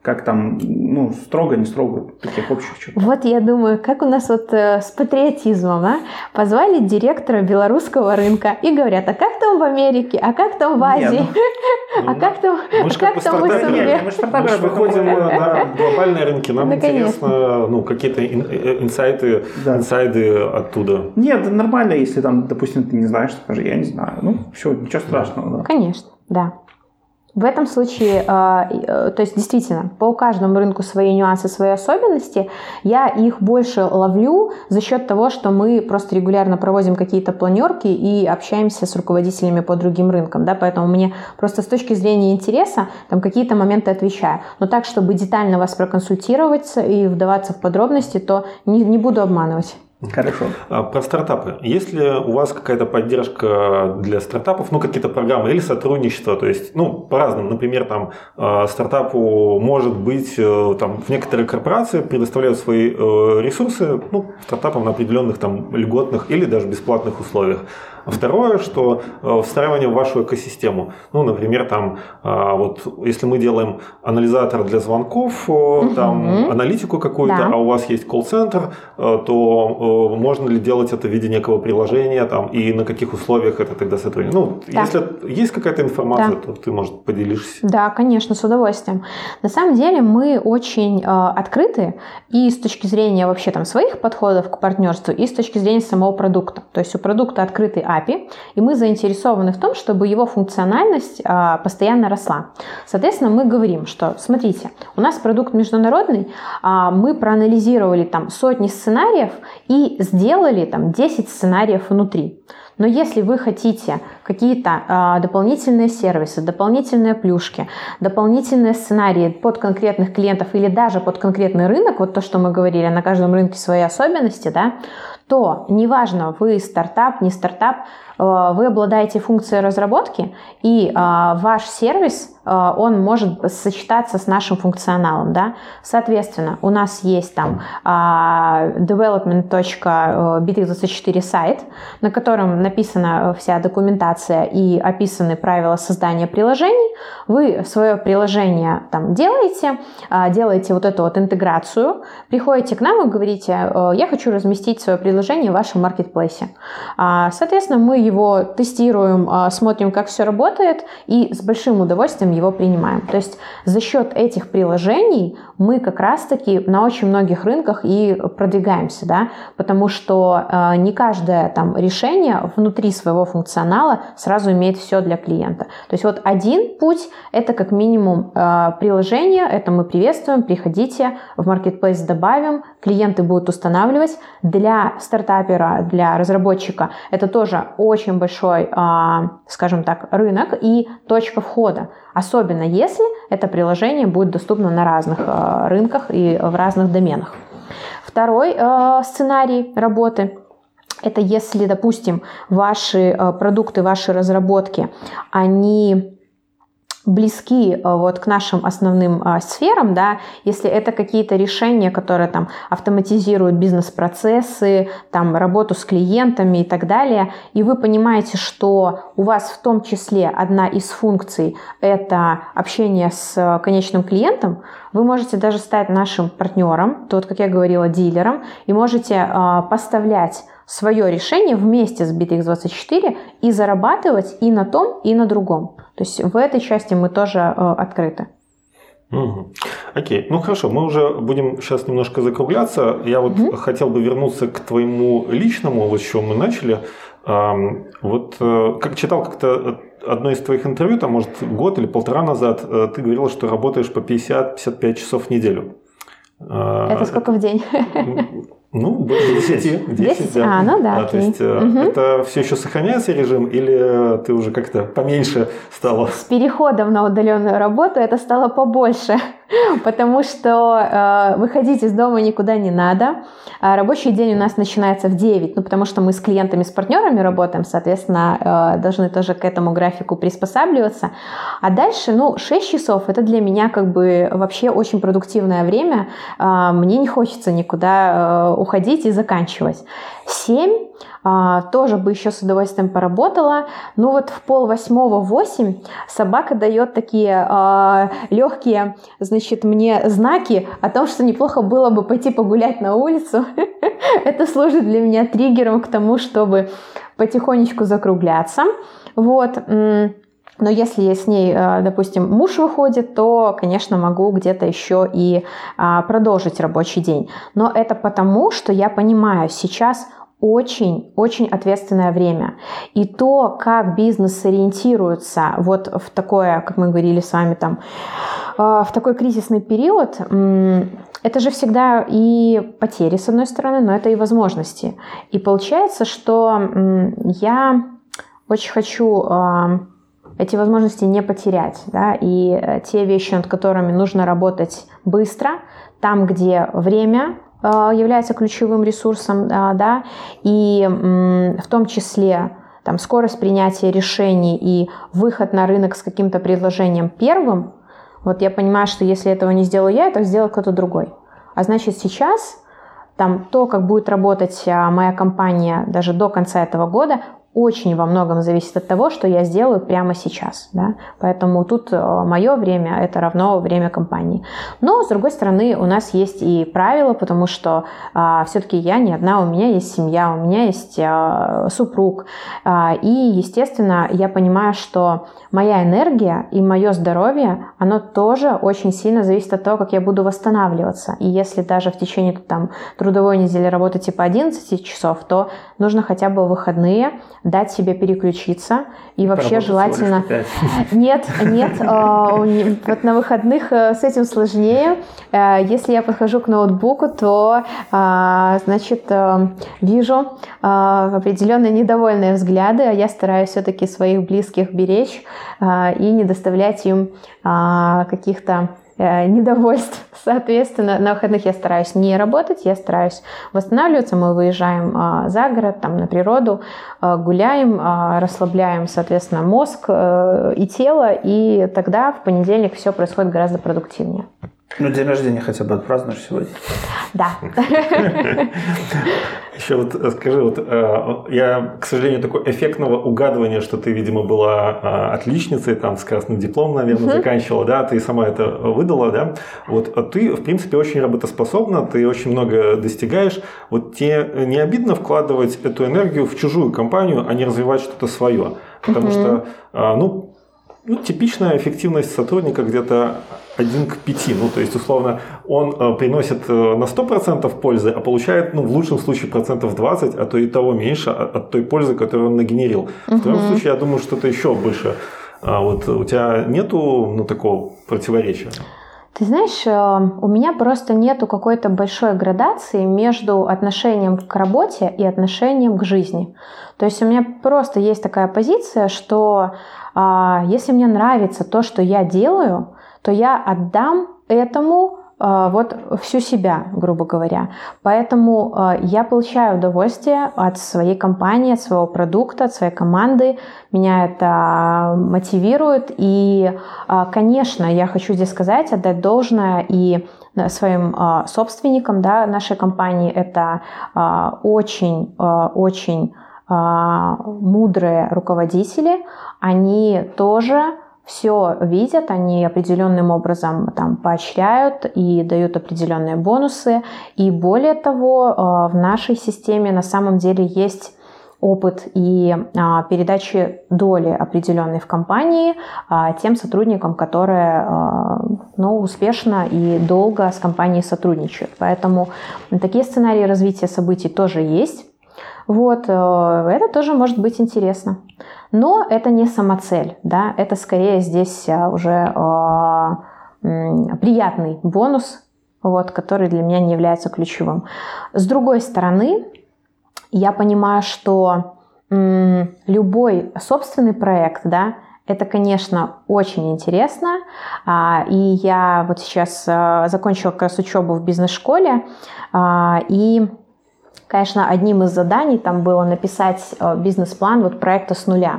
Как там, ну, строго, не строго, таких общих чертах. Вот я думаю, как у нас вот э, с патриотизмом, а? Позвали директора белорусского рынка и говорят, а как там в Америке, а как там в Азии, а как там мы в СНГ? Мы же выходим на глобальные рынки, нам интересно, ну, какие-то инсайты, инсайды оттуда. Нет, нормально, если там, допустим, ты не знаешь, скажи, я не знаю. Ну, все, ничего страшного. Конечно, да. В этом случае, то есть действительно, по каждому рынку свои нюансы, свои особенности, я их больше ловлю за счет того, что мы просто регулярно проводим какие-то планерки и общаемся с руководителями по другим рынкам, да, поэтому мне просто с точки зрения интереса там какие-то моменты отвечаю, но так, чтобы детально вас проконсультировать и вдаваться в подробности, то не, не буду обманывать. Хорошо. Про стартапы. Есть ли у вас какая-то поддержка для стартапов, ну, какие-то программы или сотрудничество? То есть, ну, по-разному. Например, там, стартапу может быть, там, в некоторые корпорации предоставляют свои ресурсы, ну, стартапам на определенных, там, льготных или даже бесплатных условиях. Второе, что встраивание в вашу экосистему. Ну, например, там, вот, если мы делаем анализатор для звонков, uh-huh. там, аналитику какую-то, да. а у вас есть колл-центр, то можно ли делать это в виде некого приложения, там, и на каких условиях это тогда сотрудничает? Ну, да. если есть какая-то информация, да. то ты, может, поделишься. Да, конечно, с удовольствием. На самом деле мы очень э, открыты и с точки зрения вообще там своих подходов к партнерству, и с точки зрения самого продукта. То есть у продукта открытый эй пи ай, и мы заинтересованы в том, чтобы его функциональность а, постоянно росла. Соответственно, мы говорим, что, смотрите, у нас продукт международный, а, мы проанализировали там сотни сценариев и сделали там десять сценариев внутри. Но если вы хотите какие-то а, дополнительные сервисы, дополнительные плюшки, дополнительные сценарии под конкретных клиентов или даже под конкретный рынок, вот то, что мы говорили, на каждом рынке свои особенности, да, то неважно, вы стартап, не стартап, вы обладаете функцией разработки, и ваш сервис, он может сочетаться с нашим функционалом. Да? Соответственно, у нас есть там development точка би три двадцать четыре сайт, на котором написана вся документация и описаны правила создания приложений. Вы свое приложение там делаете, делаете вот эту вот интеграцию, приходите к нам и говорите, я хочу разместить свое приложение в вашем маркетплейсе. Соответственно, мы его тестируем, смотрим, как все работает, и с большим удовольствием его принимаем. То есть за счет этих приложений мы как раз-таки на очень многих рынках и продвигаемся, да, потому что не каждое там решение внутри своего функционала сразу имеет все для клиента. То есть вот один путь – это как минимум приложение, это мы приветствуем, приходите, в маркетплейс добавим, клиенты будут устанавливать. Для стартапера, для разработчика это тоже очень большой, скажем так, рынок и точка входа. Особенно если это приложение будет доступно на разных рынках и в разных доменах. Второй сценарий работы – это если, допустим, ваши продукты, ваши разработки, они близки вот к нашим основным а, сферам, да, если это какие-то решения, которые там автоматизируют бизнес-процессы, там работу с клиентами и так далее, и вы понимаете, что у вас в том числе одна из функций – это общение с конечным клиентом, вы можете даже стать нашим партнером, то вот, как я говорила, дилером, и можете а, поставлять свое решение вместе с би три икс двадцать четыре и зарабатывать и на том, и на другом. То есть в этой части мы тоже э, открыты. Угу. Окей, ну хорошо, мы уже будем сейчас немножко закругляться. Я вот угу. хотел бы вернуться к твоему личному, вот с чего мы начали. Эм, вот э, как читал как-то одно из твоих интервью, там, может, год или полтора назад, э, ты говорила, что работаешь по пятьдесят - пятьдесят пять часов в неделю. Это сколько в день? Ну, больше десяти. десять? Да. А, ну да. А, то есть угу. это все еще сохраняется режим, или ты уже как-то поменьше стала? С переходом на удаленную работу это стало побольше, потому что э, выходить из дома никуда не надо. А рабочий день у нас начинается в девять, ну, потому что мы с клиентами, с партнерами работаем, соответственно, э, должны тоже к этому графику приспосабливаться. А дальше, ну, шесть часов – это для меня как бы вообще очень продуктивное время. Э, мне не хочется никуда э, уходить и заканчивать. семь тоже бы еще с удовольствием поработала. Ну вот в полвосьмого, восемь собака дает такие легкие, значит, мне знаки о том, что неплохо было бы пойти погулять на улицу. Это служит для меня триггером к тому, чтобы потихонечку закругляться. Вот. Но если с ней, допустим, муж выходит, то, конечно, могу где-то еще и продолжить рабочий день. Но это потому, что я понимаю, сейчас очень-очень ответственное время. И то, как бизнес ориентируется вот в такое, как мы говорили с вами, там, в такой кризисный период, это же всегда и потери, с одной стороны, но это и возможности. И получается, что я очень хочу эти возможности не потерять, да, и те вещи, над которыми нужно работать быстро, там, где время является ключевым ресурсом, да, и в том числе там, скорость принятия решений и выход на рынок с каким-то предложением первым, вот я понимаю, что если этого не сделаю я, это сделает кто-то другой. А значит, сейчас там, то, как будет работать моя компания даже до конца этого года, очень во многом зависит от того, что я сделаю прямо сейчас. Да? Поэтому тут мое время – это равно время компании. Но, с другой стороны, у нас есть и правила, потому что а, все-таки я не одна, у меня есть семья, у меня есть а, супруг. А, и, естественно, я понимаю, что моя энергия и мое здоровье, оно тоже очень сильно зависит от того, как я буду восстанавливаться. И если даже в течение там, трудовой недели работать типа одиннадцать часов, то нужно хотя бы в выходные дать себе переключиться и вообще желательно... Нет, нет, вот на выходных с этим сложнее. Если я подхожу к ноутбуку, то, значит, вижу определенные недовольные взгляды, а я стараюсь все-таки своих близких беречь и не доставлять им каких-то недовольств. Соответственно, на выходных я стараюсь не работать, я стараюсь восстанавливаться. Мы выезжаем а, за город, там, на природу, а, гуляем, а, расслабляем, соответственно, мозг а, и тело, и тогда в понедельник все происходит гораздо продуктивнее. Ну, день рождения хотя бы отпразднуешь сегодня? Да. Еще вот скажи, вот я, к сожалению, такое эффектного угадывания, что ты, видимо, была отличницей, там, с красным дипломом, наверное, uh-huh. заканчивала, да, ты сама это выдала, да, вот, а ты, в принципе, очень работоспособна, ты очень много достигаешь, вот тебе не обидно вкладывать эту энергию в чужую компанию, а не развивать что-то свое, потому uh-huh. что, ну, Ну, типичная эффективность сотрудника где-то один к пяти. Ну, то есть, условно, он э, приносит э, на сто процентов пользы, а получает, ну, в лучшем случае, процентов двадцать, а то и того меньше от, от той пользы, которую он нагенерил. Uh-huh. В твоем случае, я думаю, что это еще больше. А вот у тебя нету, ну, такого противоречия? Ты знаешь, у меня просто нету какой-то большой градации между отношением к работе и отношением к жизни. То есть у меня просто есть такая позиция, что а, если мне нравится то, что я делаю, то я отдам этому а, вот всю себя, грубо говоря. Поэтому а, я получаю удовольствие от своей компании, от своего продукта, от своей команды. Меня это мотивирует. И, а, конечно, я хочу здесь сказать, отдать должное и своим а, собственникам, да, нашей компании. Это а, очень, а, очень а, мудрые руководители. Они тоже все видят, они определенным образом там поощряют и дают определенные бонусы. И более того, в нашей системе на самом деле есть опыт и передачи доли определенной в компании тем сотрудникам, которые, ну, успешно и долго с компанией сотрудничают. Поэтому такие сценарии развития событий тоже есть. Вот, это тоже может быть интересно. Но это не самоцель, да, это скорее здесь уже э, приятный бонус, вот, который для меня не является ключевым. С другой стороны, я понимаю, что м, любой собственный проект, да, это, конечно, очень интересно. А, и я вот сейчас а, закончила как раз учебу в бизнес-школе, а, и конечно, одним из заданий там было написать бизнес-план вот проекта с нуля.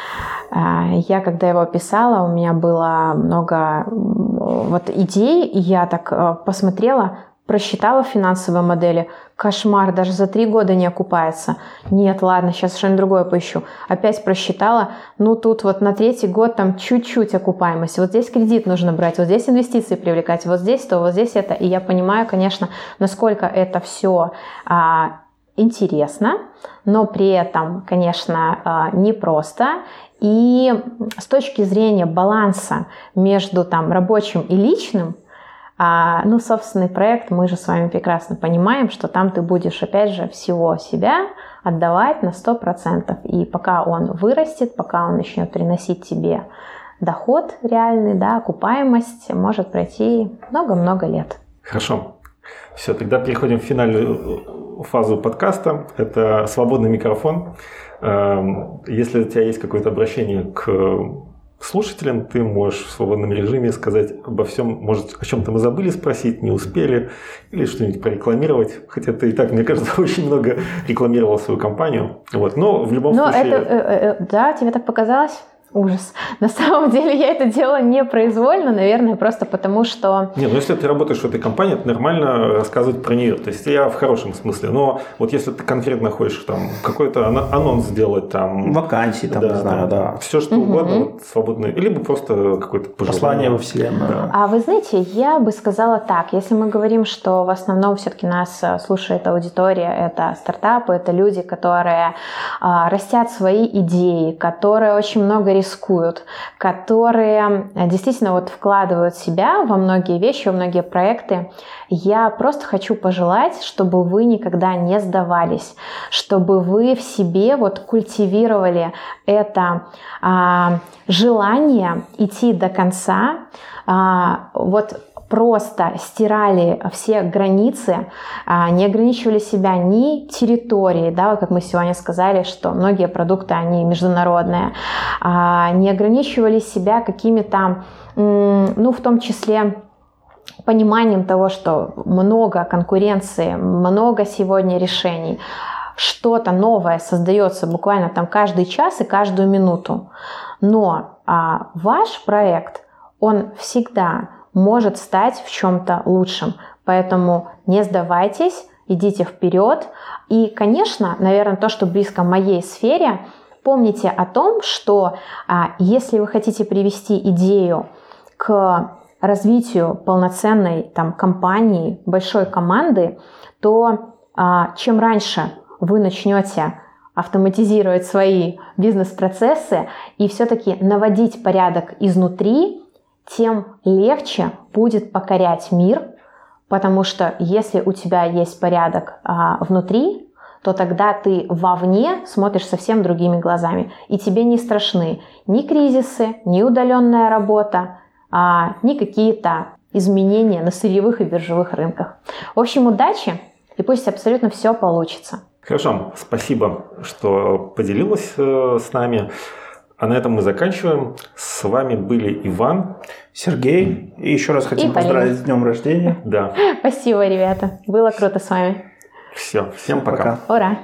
Я, когда его писала, у меня было много вот идей, и я так посмотрела, просчитала финансовые модели. Кошмар, даже за три года не окупается. Нет, ладно, сейчас что-нибудь другое поищу. Опять просчитала. Ну, тут вот на третий год там чуть-чуть окупаемость. Вот здесь кредит нужно брать, вот здесь инвестиции привлекать, вот здесь то, вот здесь это. И я понимаю, конечно, насколько это все а, интересно, но при этом, конечно, а, непросто. И с точки зрения баланса между там рабочим и личным, А, ну, собственный проект, мы же с вами прекрасно понимаем, что там ты будешь, опять же, всего себя отдавать на сто процентов. И пока он вырастет, пока он начнет приносить тебе доход реальный, да, окупаемость, может пройти много-много лет. Хорошо. Все, тогда переходим в финальную фазу подкаста. Это свободный микрофон. Если у тебя есть какое-то обращение к слушателям, ты можешь в свободном режиме сказать обо всем, может, о чем-то мы забыли спросить, не успели, или что-нибудь прорекламировать. Хотя ты и так, мне кажется, очень много рекламировал свою компанию. Вот. Но в любом Но случае... это, э, э, да, тебе так показалось? Ужас. На самом деле я это делала непроизвольно, наверное, просто потому что... Не, ну если ты работаешь в этой компании, это нормально рассказывать про нее. То есть я в хорошем смысле. Но вот если ты конкретно хочешь там какой-то анонс сделать, там... Вакансии, там, да, не знаю, да. да. Все что угу. угодно, вот, свободно. Либо просто какое-то пожелание. Послание во вселенную. Да. А вы знаете, я бы сказала так. Если мы говорим, что в основном все-таки нас слушает аудитория, это стартапы, это люди, которые а, растят свои идеи, которые очень много рискуют, которые действительно вот вкладывают себя во многие вещи, во многие проекты. Я просто хочу пожелать, чтобы вы никогда не сдавались, чтобы вы в себе вот культивировали это а, желание идти до конца, а, вот просто стирали все границы, не ограничивали себя ни территорией, да, вот как мы сегодня сказали, что многие продукты, они международные, не ограничивали себя какими-то, ну, в том числе, пониманием того, что много конкуренции, много сегодня решений, что-то новое создается буквально там каждый час и каждую минуту. Но а, ваш проект, он всегда может стать в чем-то лучшим. Поэтому не сдавайтесь, идите вперед. И, конечно, наверное, то, что близко моей сфере, помните о том, что а, если вы хотите привести идею к развитию полноценной там, компании, большой команды, то а, чем раньше вы начнете автоматизировать свои бизнес-процессы и все-таки наводить порядок изнутри, тем легче будет покорять мир, потому что если у тебя есть порядок а, внутри, то тогда ты вовне смотришь совсем другими глазами, и тебе не страшны ни кризисы, ни удаленная работа, а, ни какие-то изменения на сырьевых и биржевых рынках. В общем, удачи, и пусть абсолютно все получится. Хорошо, спасибо, что поделилась э, с нами. А на этом мы заканчиваем. С вами были Иван, Сергей. И еще раз хотим и поздравить Полина. с днем рождения. Да. Спасибо, ребята. Было круто с вами. Все, всем пока. Пока. Ура!